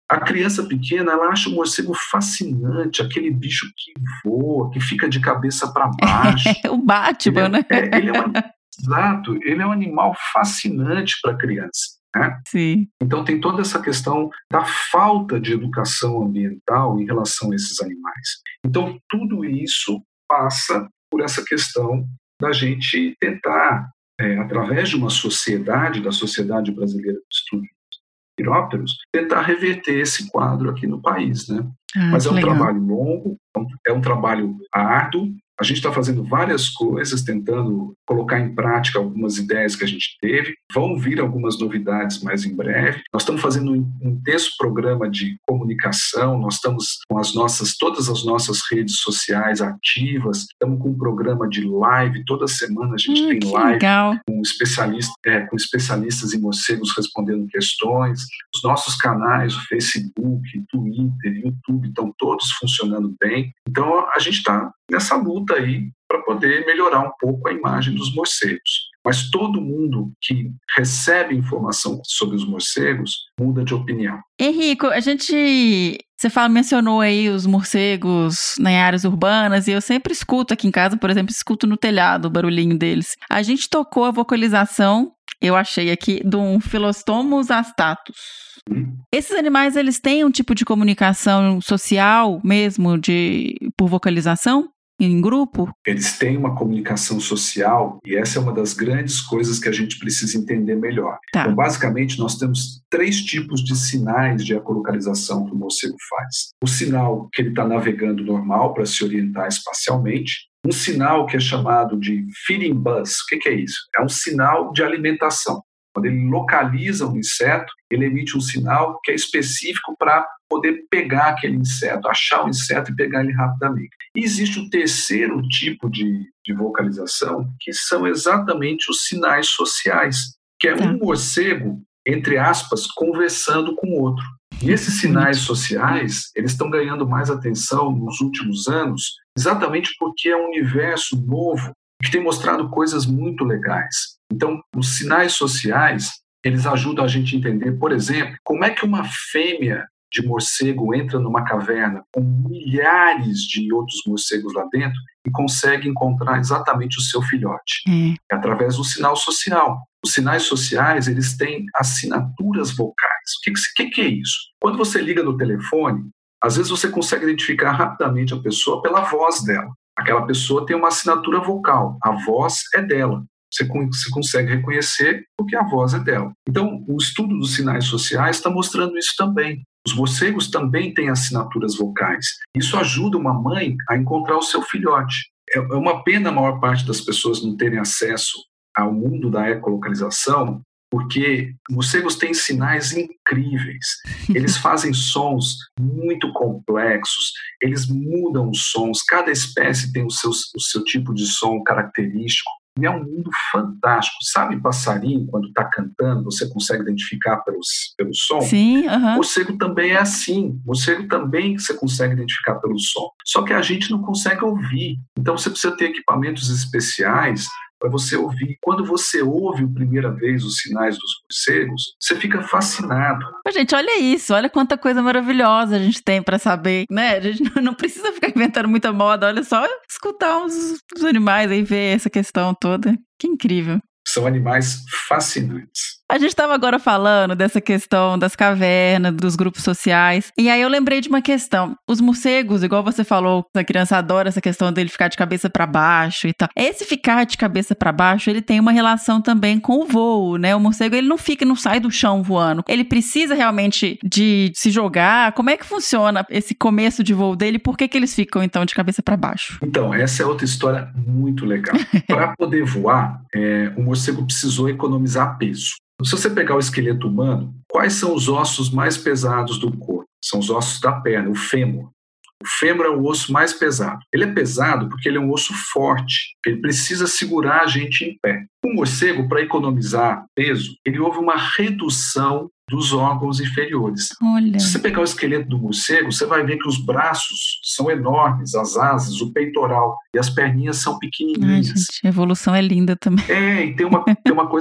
A criança pequena, ela acha o morcego fascinante, aquele bicho que voa, que fica de cabeça para baixo. É o Batman, ele é, né? É, ele é um, exato, ele é um animal fascinante para a criança. Né? Sim. Então tem toda essa questão da falta de educação ambiental em relação a esses animais. Então tudo isso passa por essa questão da gente tentar, é, através de uma sociedade, da Sociedade Brasileira de Estudo de Pirópteros, tentar reverter esse quadro aqui no país. Né? Ah, Mas é um legal. trabalho longo, é um trabalho árduo. A gente está fazendo várias coisas, tentando colocar em prática algumas ideias que a gente teve. Vão vir algumas novidades mais em breve. Nós estamos fazendo um intenso programa de comunicação. Nós estamos com as nossas, todas as nossas redes sociais ativas. Estamos com um programa de live. Toda semana a gente hum, tem que live legal. com, especialista, é, com especialistas em morcegos respondendo questões. Os nossos canais, o Facebook, Twitter, YouTube, estão todos funcionando bem. Então a gente está nessa luta aí para poder melhorar um pouco a imagem dos morcegos. Mas todo mundo que recebe informação sobre os morcegos muda de opinião. Henrico, a gente... Você fala, mencionou aí os morcegos né, em áreas urbanas, e eu sempre escuto aqui em casa, por exemplo, escuto no telhado o barulhinho deles. A gente tocou a vocalização, eu achei aqui, de um Philostomus astatus. Hum. Esses animais, eles têm um tipo de comunicação social mesmo, de, por vocalização? Em grupo? Eles têm uma comunicação social e essa é uma das grandes coisas que a gente precisa entender melhor. Tá. Então, basicamente, nós temos três tipos de sinais de ecolocalização que o morcego faz. O sinal que ele está navegando normal para se orientar espacialmente. Um sinal que é chamado de feeding buzz. O que, que é isso? É um sinal de alimentação. Quando ele localiza um inseto, ele emite um sinal que é específico para poder pegar aquele inseto, achar o inseto e pegar ele rapidamente. E existe o terceiro tipo de, de vocalização, que são exatamente os sinais sociais, que é um morcego, entre aspas, conversando com o outro. E esses sinais sociais, eles estão ganhando mais atenção nos últimos anos, exatamente porque é um universo novo que tem mostrado coisas muito legais. Então, os sinais sociais, eles ajudam a gente a entender, por exemplo, como é que uma fêmea de morcego entra numa caverna com milhares de outros morcegos lá dentro e consegue encontrar exatamente o seu filhote. Hum. É através do sinal social. Os sinais sociais, eles têm assinaturas vocais. O que, que, que é isso? Quando você liga no telefone, às vezes você consegue identificar rapidamente a pessoa pela voz dela. Aquela pessoa tem uma assinatura vocal, a voz é dela. Você, você consegue reconhecer porque a voz é dela. Então, o estudo dos sinais sociais está mostrando isso também. Os morcegos também têm assinaturas vocais. Isso ajuda uma mãe a encontrar o seu filhote. É uma pena a maior parte das pessoas não terem acesso ao mundo da ecolocalização, porque morcegos têm sinais incríveis. Eles fazem sons muito complexos, eles mudam os sons, cada espécie tem o seu, o seu tipo de som característico. E é um mundo fantástico. Sabe passarinho, quando está cantando, você consegue identificar pelos, pelo som? Sim, aham. Uh-huh. Morcego também é assim. Morcego também você consegue identificar pelo som. Só que a gente não consegue ouvir. Então você precisa ter equipamentos especiais para você ouvir. Quando você ouve a primeira vez os sinais dos morcegos, você fica fascinado. Mas, gente, olha isso, olha quanta coisa maravilhosa a gente tem para saber, né? A gente não precisa ficar inventando muita moda, olha só escutar os, os animais aí, ver essa questão toda. Que incrível. São animais fascinantes. A gente estava agora falando dessa questão das cavernas, dos grupos sociais, e aí eu lembrei de uma questão. Os morcegos, igual você falou, a criança adora essa questão dele ficar de cabeça para baixo e tal. Esse ficar de cabeça para baixo, ele tem uma relação também com o voo, né? O morcego, ele não fica, não sai do chão voando. Ele precisa realmente de se jogar. Como é que funciona esse começo de voo dele? Por que que eles ficam, então, de cabeça para baixo? Então, essa é outra história muito legal. Para poder voar, é, o morcego precisou economizar peso. Se você pegar o esqueleto humano, quais são os ossos mais pesados do corpo? São os ossos da perna, o fêmur. O fêmur é o osso mais pesado. Ele é pesado porque ele é um osso forte. Ele precisa segurar a gente em pé. O morcego, para economizar peso, ele houve uma redução dos órgãos inferiores. Olha. Se você pegar o esqueleto do morcego, você vai ver que os braços são enormes, as asas, o peitoral, e as perninhas são pequenininhas. Ai, gente, a evolução é linda também. É, e tem uma, tem uma coisa muito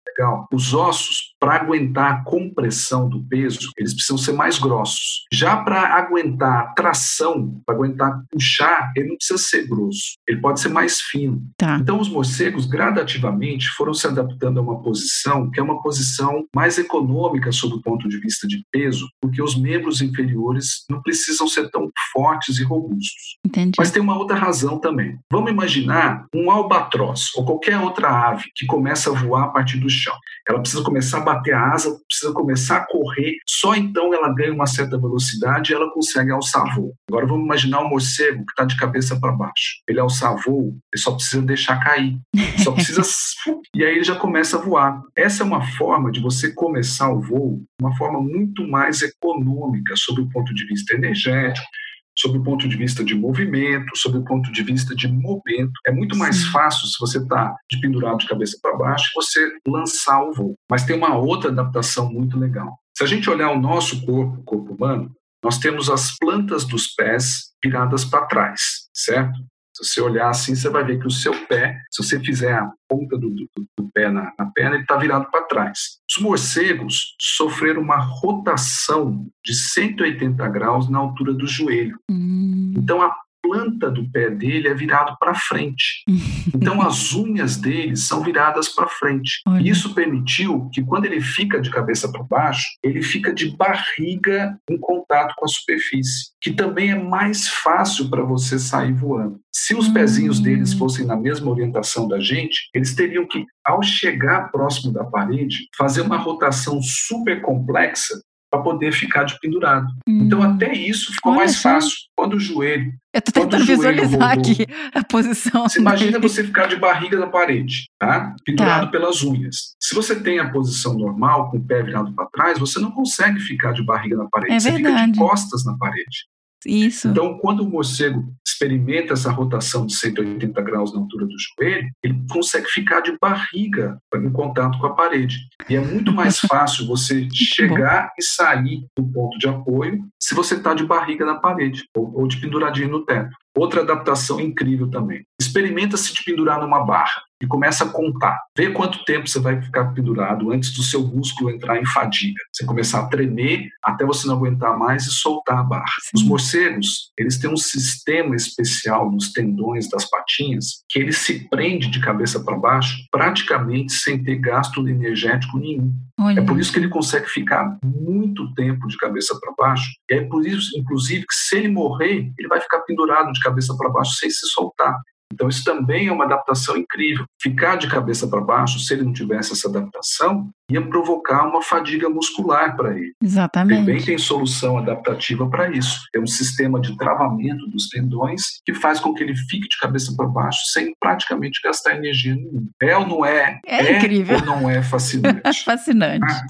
legal? Os ossos, para aguentar a compressão do peso, eles precisam ser mais grossos. Já para aguentar a tração, para aguentar puxar, ele não precisa ser grosso. Ele pode ser mais fino. Tá. Então, os morcegos, gradativamente, foram se adaptando a uma posição que é uma posição mais econômica sob o ponto de vista de peso, porque os membros inferiores não precisam ser tão fortes e robustos. Entendi. Mas tem uma outra razão também. Vamos imaginar um albatroz ou qualquer outra ave que começa a voar a partir do chão. Ela precisa começar a bater a asa, precisa começar a correr, só então ela ganha uma certa velocidade e ela consegue alçar voo. Agora vamos imaginar um morcego que está de cabeça para baixo. Ele alçar voo, ele só precisa deixar cair. Só precisa... e aí ele já começa a voar. Essa é uma forma de você começar o voo, uma forma muito mais econômica sob o ponto de vista energético, sob o ponto de vista de movimento, sob o ponto de vista de momento. É muito mais Sim. fácil se você está de pendurado de cabeça para baixo, você lançar o voo. Mas tem uma outra adaptação muito legal. Se a gente olhar o nosso corpo, o corpo humano, nós temos as plantas dos pés viradas para trás, certo? Se você olhar assim, você vai ver que o seu pé, se você fizer a ponta do, do, do pé na, na perna, ele está virado para trás. Os morcegos sofreram uma rotação de cento e oitenta graus na altura do joelho. Hum. Então, a planta do pé dele é virado para frente. Então, as unhas dele são viradas para frente. Olha. E isso permitiu que, quando ele fica de cabeça para baixo, ele fica de barriga em contato com a superfície, que também é mais fácil para você sair voando. Se os pezinhos Hum. deles fossem na mesma orientação da gente, eles teriam que, ao chegar próximo da parede, fazer uma rotação super complexa para poder ficar de pendurado. Hum. Então, até isso ficou Olha mais só. fácil. Quando o joelho... Eu tô Quando tentando o joelho visualizar rodou. aqui a posição. Você imagina dele. você ficar de barriga na parede, tá? Pendurado Tá. pelas unhas. Se você tem a posição normal, com o pé virado para trás, você não consegue ficar de barriga na parede. É você fica verdade. de costas na parede. Isso. Então, quando o morcego experimenta essa rotação de cento e oitenta graus na altura do joelho, ele consegue ficar de barriga em contato com a parede. E é muito mais fácil você chegar e sair do ponto de apoio se você está de barriga na parede ou, ou de penduradinho no teto. Outra adaptação incrível também. Experimenta se te pendurar numa barra e começa a contar. Vê quanto tempo você vai ficar pendurado antes do seu músculo entrar em fadiga. Você começar a tremer até você não aguentar mais e soltar a barra. Sim. Os morcegos, eles têm um sistema especial nos tendões das patinhas que ele se prende de cabeça para baixo praticamente sem ter gasto energético nenhum. Olha. É por isso que ele consegue ficar muito tempo de cabeça para baixo. E é por isso, inclusive, que se ele morrer, ele vai ficar pendurado de cabeça para baixo sem se soltar. Então, isso também é uma adaptação incrível. Ficar de cabeça para baixo, se ele não tivesse essa adaptação, ia provocar uma fadiga muscular para ele. Exatamente. Também tem solução adaptativa para isso. É um sistema de travamento dos tendões que faz com que ele fique de cabeça para baixo sem praticamente gastar energia nenhuma. É ou não é? É incrível. Ou não é fascinante? Fascinante. Ah.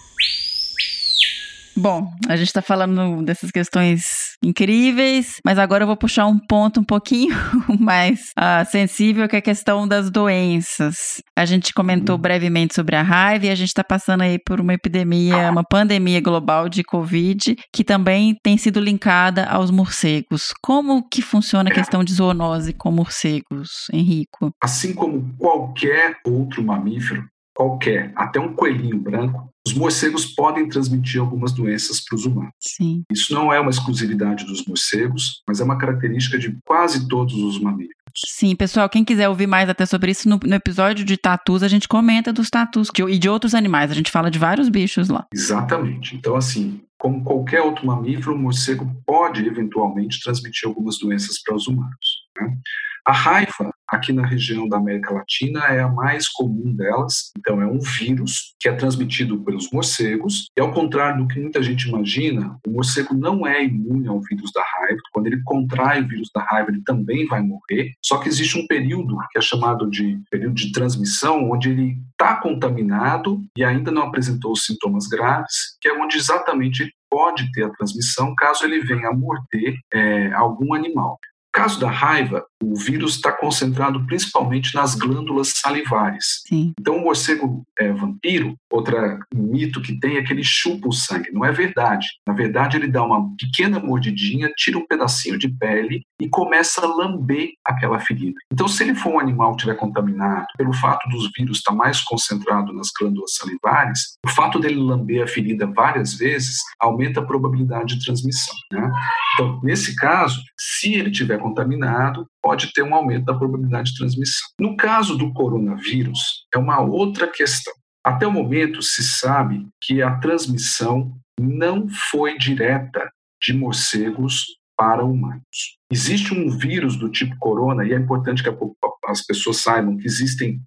Bom, a gente tá falando dessas questões incríveis, mas agora eu vou puxar um ponto um pouquinho mais uh, sensível, que é a questão das doenças. A gente comentou brevemente sobre a raiva e a gente tá passando aí por uma epidemia, uma pandemia global de Covid, que também tem sido linkada aos morcegos. Como que funciona a questão de zoonose com morcegos, Henrico? Assim como qualquer outro mamífero, qualquer, até um coelhinho branco, os morcegos podem transmitir algumas doenças para os humanos. Sim. Isso não é uma exclusividade dos morcegos, mas é uma característica de quase todos os mamíferos. Sim, pessoal, quem quiser ouvir mais até sobre isso, no, no episódio de tatus, a gente comenta dos tatus de, e de outros animais, a gente fala de vários bichos lá. Exatamente. Então, assim, como qualquer outro mamífero, o morcego pode, eventualmente, transmitir algumas doenças para os humanos, né? A raiva, aqui na região da América Latina, é a mais comum delas. Então, é um vírus que é transmitido pelos morcegos. E, ao contrário do que muita gente imagina, o morcego não é imune ao vírus da raiva. Quando ele contrai o vírus da raiva, ele também vai morrer. Só que existe um período, que é chamado de período de transmissão, onde ele está contaminado e ainda não apresentou sintomas graves, que é onde exatamente ele pode ter a transmissão caso ele venha a morder é, algum animal. No caso da raiva, o vírus está concentrado principalmente nas glândulas salivares. Sim. Então, o morcego é, vampiro, outro mito que tem é que ele chupa o sangue. Não é verdade. Na verdade, ele dá uma pequena mordidinha, tira um pedacinho de pele e começa a lamber aquela ferida. Então, se ele for um animal que estiver contaminado, pelo fato dos vírus estar mais concentrado nas glândulas salivares, o fato dele lamber a ferida várias vezes aumenta a probabilidade de transmissão, né? Então, nesse caso, se ele estiver contaminado, pode ter um aumento da probabilidade de transmissão. No caso do coronavírus, é uma outra questão. Até o momento, se sabe que a transmissão não foi direta de morcegos para humanos. Existe um vírus do tipo corona, e é importante que as pessoas saibam que existem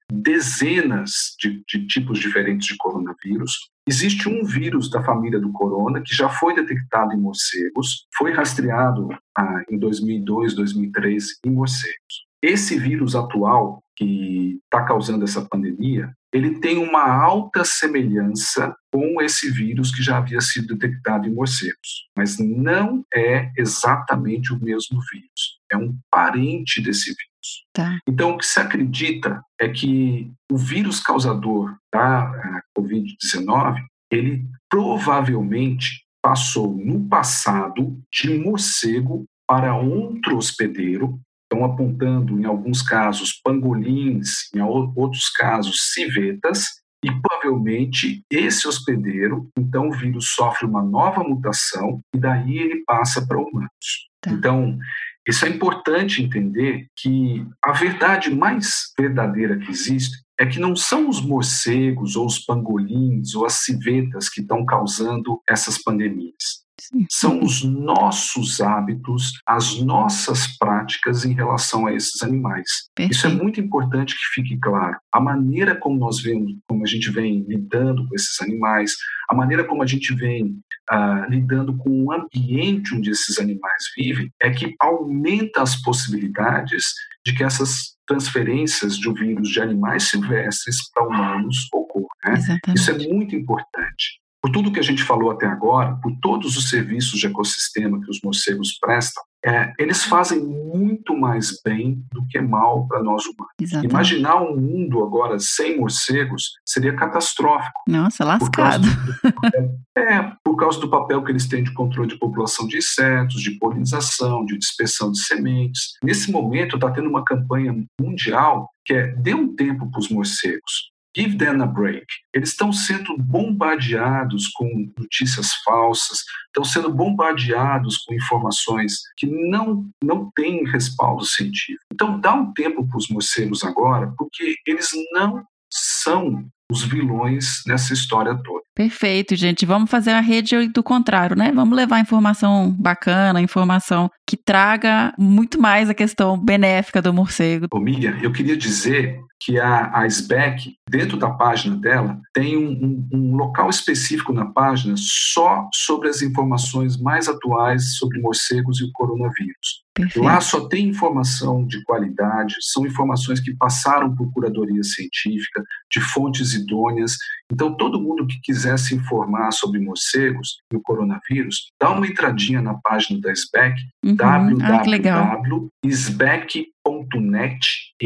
dezenas de, de tipos diferentes de coronavírus. Existe um vírus da família do corona que já foi detectado em morcegos, foi rastreado ah, em dois mil e dois, dois mil e três em morcegos. Esse vírus atual que está causando essa pandemia, ele tem uma alta semelhança com esse vírus que já havia sido detectado em morcegos, mas não é exatamente o mesmo vírus, é um parente desse vírus. Tá. Então, o que se acredita é que o vírus causador da covid dezenove, ele provavelmente passou no passado de morcego para outro hospedeiro. Estão apontando, em alguns casos, pangolins, em outros casos, civetas, e provavelmente esse hospedeiro, então o vírus sofre uma nova mutação e daí ele passa para humanos. Tá. Então, isso é importante entender que a verdade mais verdadeira que existe é que não são os morcegos ou os pangolins ou as civetas que estão causando essas pandemias. Sim. São os nossos hábitos, as nossas práticas em relação a esses animais. Perfeito. Isso é muito importante que fique claro. A maneira como nós vemos, como a gente vem lidando com esses animais, a maneira como a gente vem uh, lidando com o ambiente onde esses animais vivem, é que aumenta as possibilidades de que essas transferências de vírus de animais silvestres para humanos ocorram, né? Isso é muito importante. Por tudo que a gente falou até agora, por todos os serviços de ecossistema que os morcegos prestam, é, eles fazem muito mais bem do que mal para nós humanos. Exatamente. Imaginar um mundo agora sem morcegos seria catastrófico. Nossa, lascado. Por papel, é, por causa do papel que eles têm de controle de população de insetos, de polinização, de dispersão de sementes. Nesse momento está tendo uma campanha mundial que é dê um tempo para os morcegos. Give them a break. Eles estão sendo bombardeados com notícias falsas, estão sendo bombardeados com informações que não, não têm respaldo científico. Então, dá um tempo para os morcegos agora, porque eles não são os vilões nessa história toda. Perfeito, gente. Vamos fazer a rede do contrário, né? Vamos levar informação bacana, informação que traga muito mais a questão benéfica do morcego. Ô, Miriam, eu queria dizer que a, a S B E C, dentro da página dela, tem um, um, um local específico na página só sobre as informações mais atuais sobre morcegos e o coronavírus. Perfeito. Lá só tem informação de qualidade, são informações que passaram por curadoria científica, de fontes idôneas. Então, todo mundo que quiser se informar sobre morcegos e o coronavírus, dá uma entradinha na página da S B E C, uhum. w w w ponto s b e c ponto net,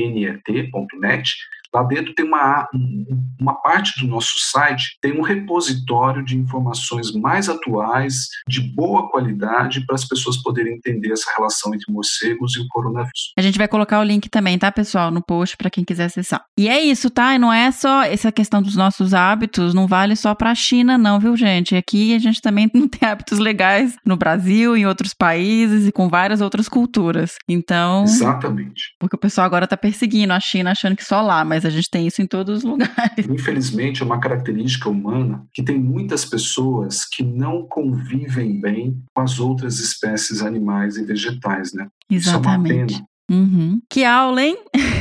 net ponto net. Lá dentro tem uma, uma parte do nosso site, tem um repositório de informações mais atuais, de boa qualidade, para as pessoas poderem entender essa relação entre morcegos e o coronavírus. A gente vai colocar o link também, tá, pessoal, no post para quem quiser acessar. E é isso, tá? E não é só essa questão dos nossos hábitos, não vale só para a China, não, viu, gente? Aqui a gente também não tem hábitos legais no Brasil, em outros países e com várias outras culturas. Então... Exatamente. Porque o pessoal agora tá perseguindo a China, achando que só lá, mas a gente tem isso em todos os lugares. Infelizmente, é uma característica humana que tem muitas pessoas que não convivem bem com as outras espécies animais e vegetais, né? Exatamente. Isso é uma pena. Uhum. Que aula, hein?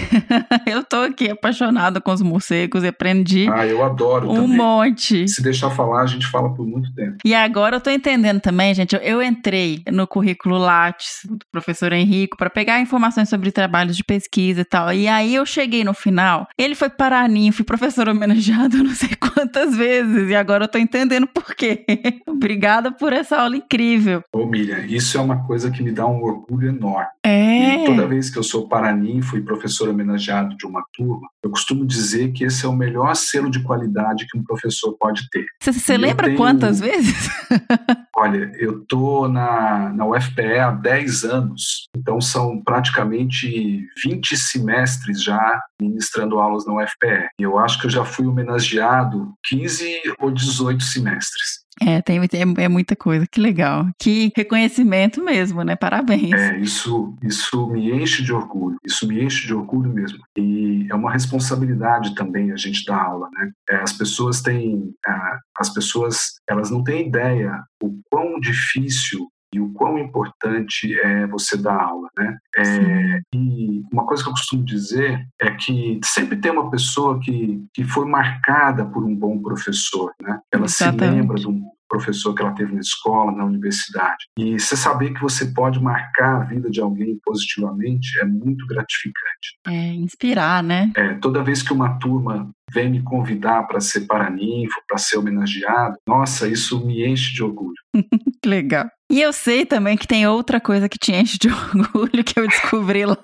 Eu tô aqui apaixonada com os morcegos e aprendi ah, eu adoro um também. monte. Se deixar falar, a gente fala por muito tempo. E agora eu tô entendendo também, gente, eu, eu entrei no currículo Lattes do professor Henrico para pegar informações sobre trabalhos de pesquisa e tal, e aí eu cheguei no final, ele foi paraninho, fui professor homenageado não sei quantas vezes, e agora eu tô entendendo por quê. Obrigada por essa aula incrível. Ô Miriam, isso é uma coisa que me dá um orgulho enorme. É. E toda vez que eu sou paraninfo e professor homenageado de uma turma, eu costumo dizer que esse é o melhor selo de qualidade que um professor pode ter. Você lembra tenho... quantas vezes? Olha, eu estou na, na U F P E há dez anos, então são praticamente vinte semestres já ministrando aulas na U F P E. E eu acho que eu já fui homenageado quinze ou dezoito semestres. É, tem, é, é muita coisa, que legal. Que reconhecimento mesmo, né? Parabéns. É, isso, isso me enche de orgulho, isso me enche de orgulho mesmo. E é uma responsabilidade também a gente dar aula, né? É, as pessoas têm, as pessoas, elas não têm ideia o quão difícil e o quão importante é você dar aula, né? É, e uma coisa que eu costumo dizer é que sempre tem uma pessoa que, que foi marcada por um bom professor, né? Ela Exatamente. Se lembra de um professor que ela teve na escola, na universidade. E você saber que você pode marcar a vida de alguém positivamente é muito gratificante. É, inspirar, né? É, toda vez que uma turma vem me convidar para ser paraninfo, para ser homenageado, nossa, isso me enche de orgulho. Que legal. E eu sei também que tem outra coisa que te enche de orgulho que eu descobri lá,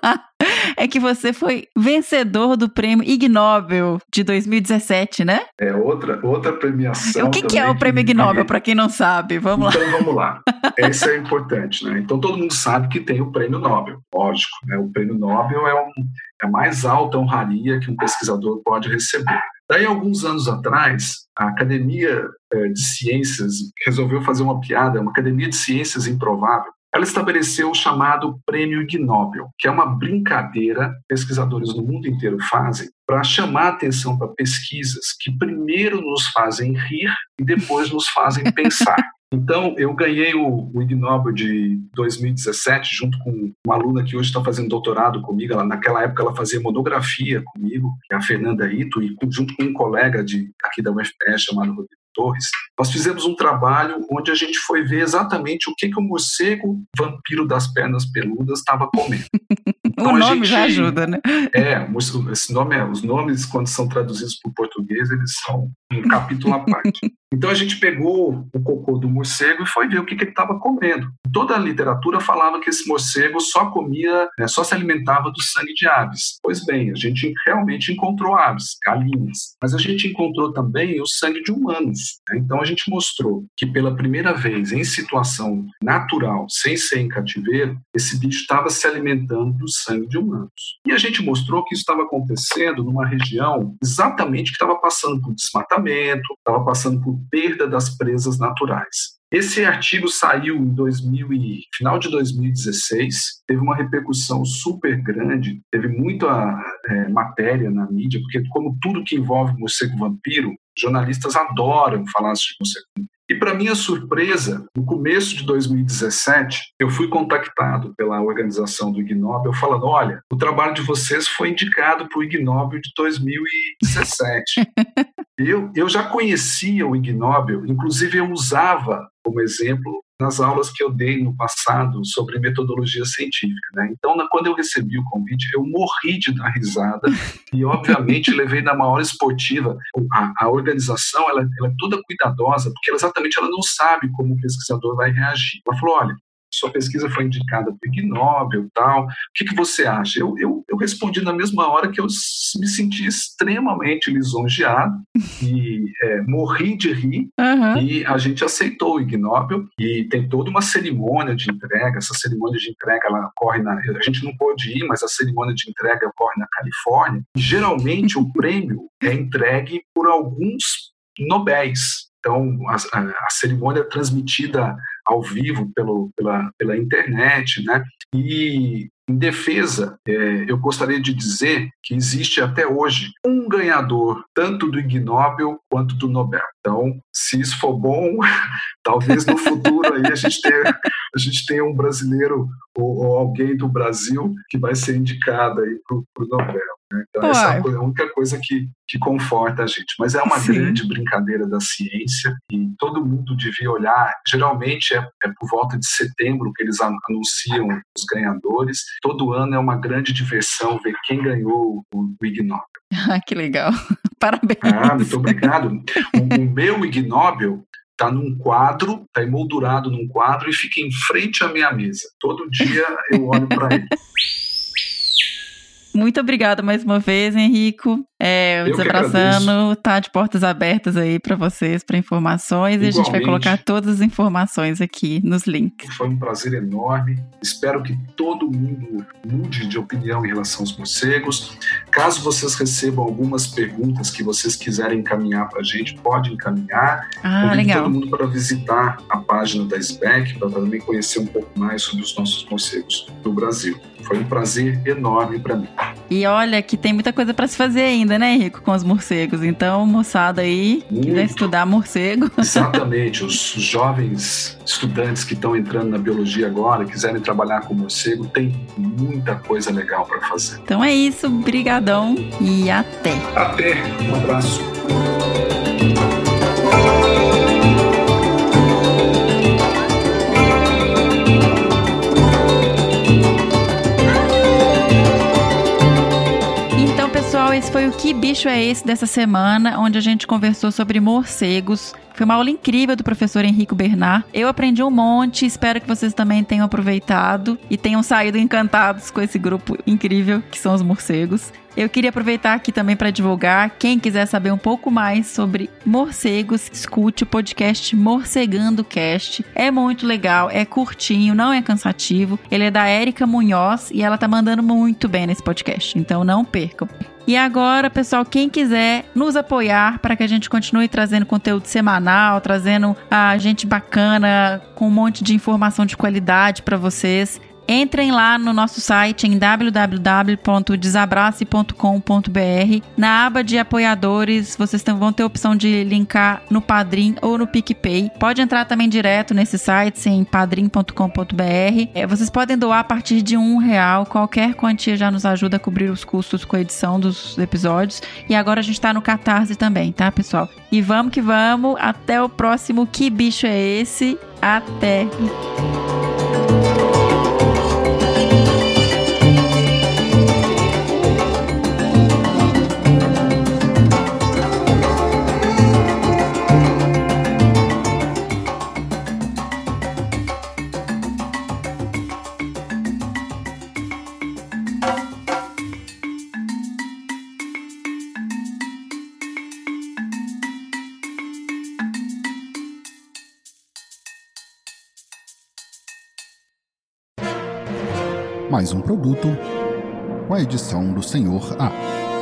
é que você foi vencedor do prêmio Ig Nobel de dois mil e dezessete, né? É outra, outra premiação. O que, que é o prêmio Ig Nobel, para quem não sabe? Vamos então, lá. Então vamos lá. Esse é importante, né? Então todo mundo sabe que tem o prêmio Nobel, lógico, né? O prêmio Nobel é, um, é a mais alta honraria que um pesquisador pode receber. Daí, alguns anos atrás, a Academia de Ciências resolveu fazer uma piada, uma Academia de Ciências Improvável. Ela estabeleceu o chamado Prêmio Ig Nobel, que é uma brincadeira que pesquisadores no mundo inteiro fazem para chamar a atenção para pesquisas que primeiro nos fazem rir e depois nos fazem pensar. Então, eu ganhei o, o Ig Nobel de dois mil e dezessete junto com uma aluna que hoje está fazendo doutorado comigo. Ela, naquela época ela fazia monografia comigo, que é a Fernanda Ito, e junto com um colega de, aqui da U F P E chamado Rodrigo Torres. Nós fizemos um trabalho onde a gente foi ver exatamente o que, que o morcego vampiro das pernas peludas estava comendo. Então, o nome gente, já ajuda, né? É, esse nome é, os nomes, quando são traduzidos para o português, eles são um capítulo à parte. Então a gente pegou o cocô do morcego e foi ver o que, que ele estava comendo. Toda a literatura falava que esse morcego só comia, né, só se alimentava do sangue de aves. Pois bem, a gente realmente encontrou aves, galinhas, mas a gente encontrou também o sangue de humanos. Né? Então a gente mostrou que pela primeira vez, em situação natural, sem ser em cativeiro, esse bicho estava se alimentando do sangue de humanos. E a gente mostrou que isso estava acontecendo numa região exatamente que estava passando por desmatamento, estava passando por perda das presas naturais. Esse artigo saiu em dois mil e, final de dois mil e dezesseis, teve uma repercussão super grande, teve muita é, matéria na mídia, porque como tudo que envolve morcego vampiro, jornalistas adoram falar sobre morcego vampiro. E para minha surpresa, no começo de dois mil e dezessete, eu fui contactado pela organização do Ig Nobel falando, olha, o trabalho de vocês foi indicado para o Ig Nobel de dois mil e dezessete. eu, eu já conhecia o Ig Nobel, inclusive eu usava como exemplo nas aulas que eu dei no passado sobre metodologia científica. Né? Então, quando eu recebi o convite, eu morri de dar risada e, obviamente, levei na maior esportiva. A, a organização ela, ela é toda cuidadosa, porque ela, exatamente ela não sabe como o pesquisador vai reagir. Ela falou, olha, sua pesquisa foi indicada para o Ig Nobel e tal, o que, que você acha? Eu, eu, eu respondi na mesma hora que eu me senti extremamente lisonjeado e é, morri de rir, uhum. E a gente aceitou o Ig Nobel e tem toda uma cerimônia de entrega. Essa cerimônia de entrega ela ocorre na... A gente não pôde ir, mas a cerimônia de entrega ocorre na Califórnia. E, geralmente o prêmio é entregue por alguns Nobéis. Então, a, a, a cerimônia é transmitida ao vivo pelo, pela, pela internet, né? E, em defesa, é, eu gostaria de dizer que existe até hoje um ganhador, tanto do Ig Nobel quanto do Nobel. Então, se isso for bom, talvez no futuro aí a gente tenha, a gente tenha um brasileiro ou, ou alguém do Brasil que vai ser indicado aí para o Nobel. Né? Então, Pô, essa é a única coisa que, que conforta a gente. Mas é uma sim. grande brincadeira da ciência e todo mundo devia olhar. Geralmente é, é por volta de setembro que eles anunciam os ganhadores. Todo ano é uma grande diversão ver quem ganhou o, o Ig Nobel. Ah, que legal. Parabéns. Ah, muito obrigado. O, o meu Ig Nobel está num quadro, está emoldurado num quadro e fica em frente à minha mesa. Todo dia eu olho para ele. Muito obrigada mais uma vez, Henrico. É, o Desabraçando tá de portas abertas aí para vocês, para informações. Igualmente. E a gente vai colocar todas as informações aqui nos links. Foi um prazer enorme. Espero que todo mundo mude de opinião em relação aos morcegos. Caso vocês recebam algumas perguntas que vocês quiserem encaminhar para a gente, pode encaminhar. Ah, Convido legal. todo mundo para visitar a página da S B E C, para também conhecer um pouco mais sobre os nossos morcegos do Brasil. Foi um prazer enorme para mim. E olha que tem muita coisa para se fazer ainda, né, Henrico, com os morcegos. Então, moçada aí, Muito. quiser estudar morcego. Exatamente. Os jovens estudantes que estão entrando na biologia agora, quiserem trabalhar com morcego, tem muita coisa legal para fazer. Então é isso, brigadão e até. Até, um abraço. Pessoal, esse foi o Que Bicho É Esse dessa semana, onde a gente conversou sobre morcegos. Foi uma aula incrível do professor Henrico Bernard. Eu aprendi um monte, espero que vocês também tenham aproveitado e tenham saído encantados com esse grupo incrível que são os morcegos. Eu queria aproveitar aqui também para divulgar, quem quiser saber um pouco mais sobre morcegos, escute o podcast Morcegando Cast. É muito legal, é curtinho, não é cansativo. Ele é da Érica Munhoz e ela tá mandando muito bem nesse podcast, então não percam. E agora, pessoal, quem quiser nos apoiar para que a gente continue trazendo conteúdo semanal, trazendo a gente bacana, com um monte de informação de qualidade para vocês, entrem lá no nosso site em w w w ponto desabrace ponto com ponto b r. Na aba de apoiadores, vocês vão ter a opção de linkar no Padrim ou no PicPay. Pode entrar também direto nesse site em padrim ponto com ponto b r. É, vocês podem doar a partir de um real. Qualquer quantia já nos ajuda a cobrir os custos com a edição dos episódios. E agora a gente tá no Catarse também, tá, pessoal? E vamos que vamos. Até o próximo Que Bicho É Esse? Até! Mais um produto com a edição do senhor A.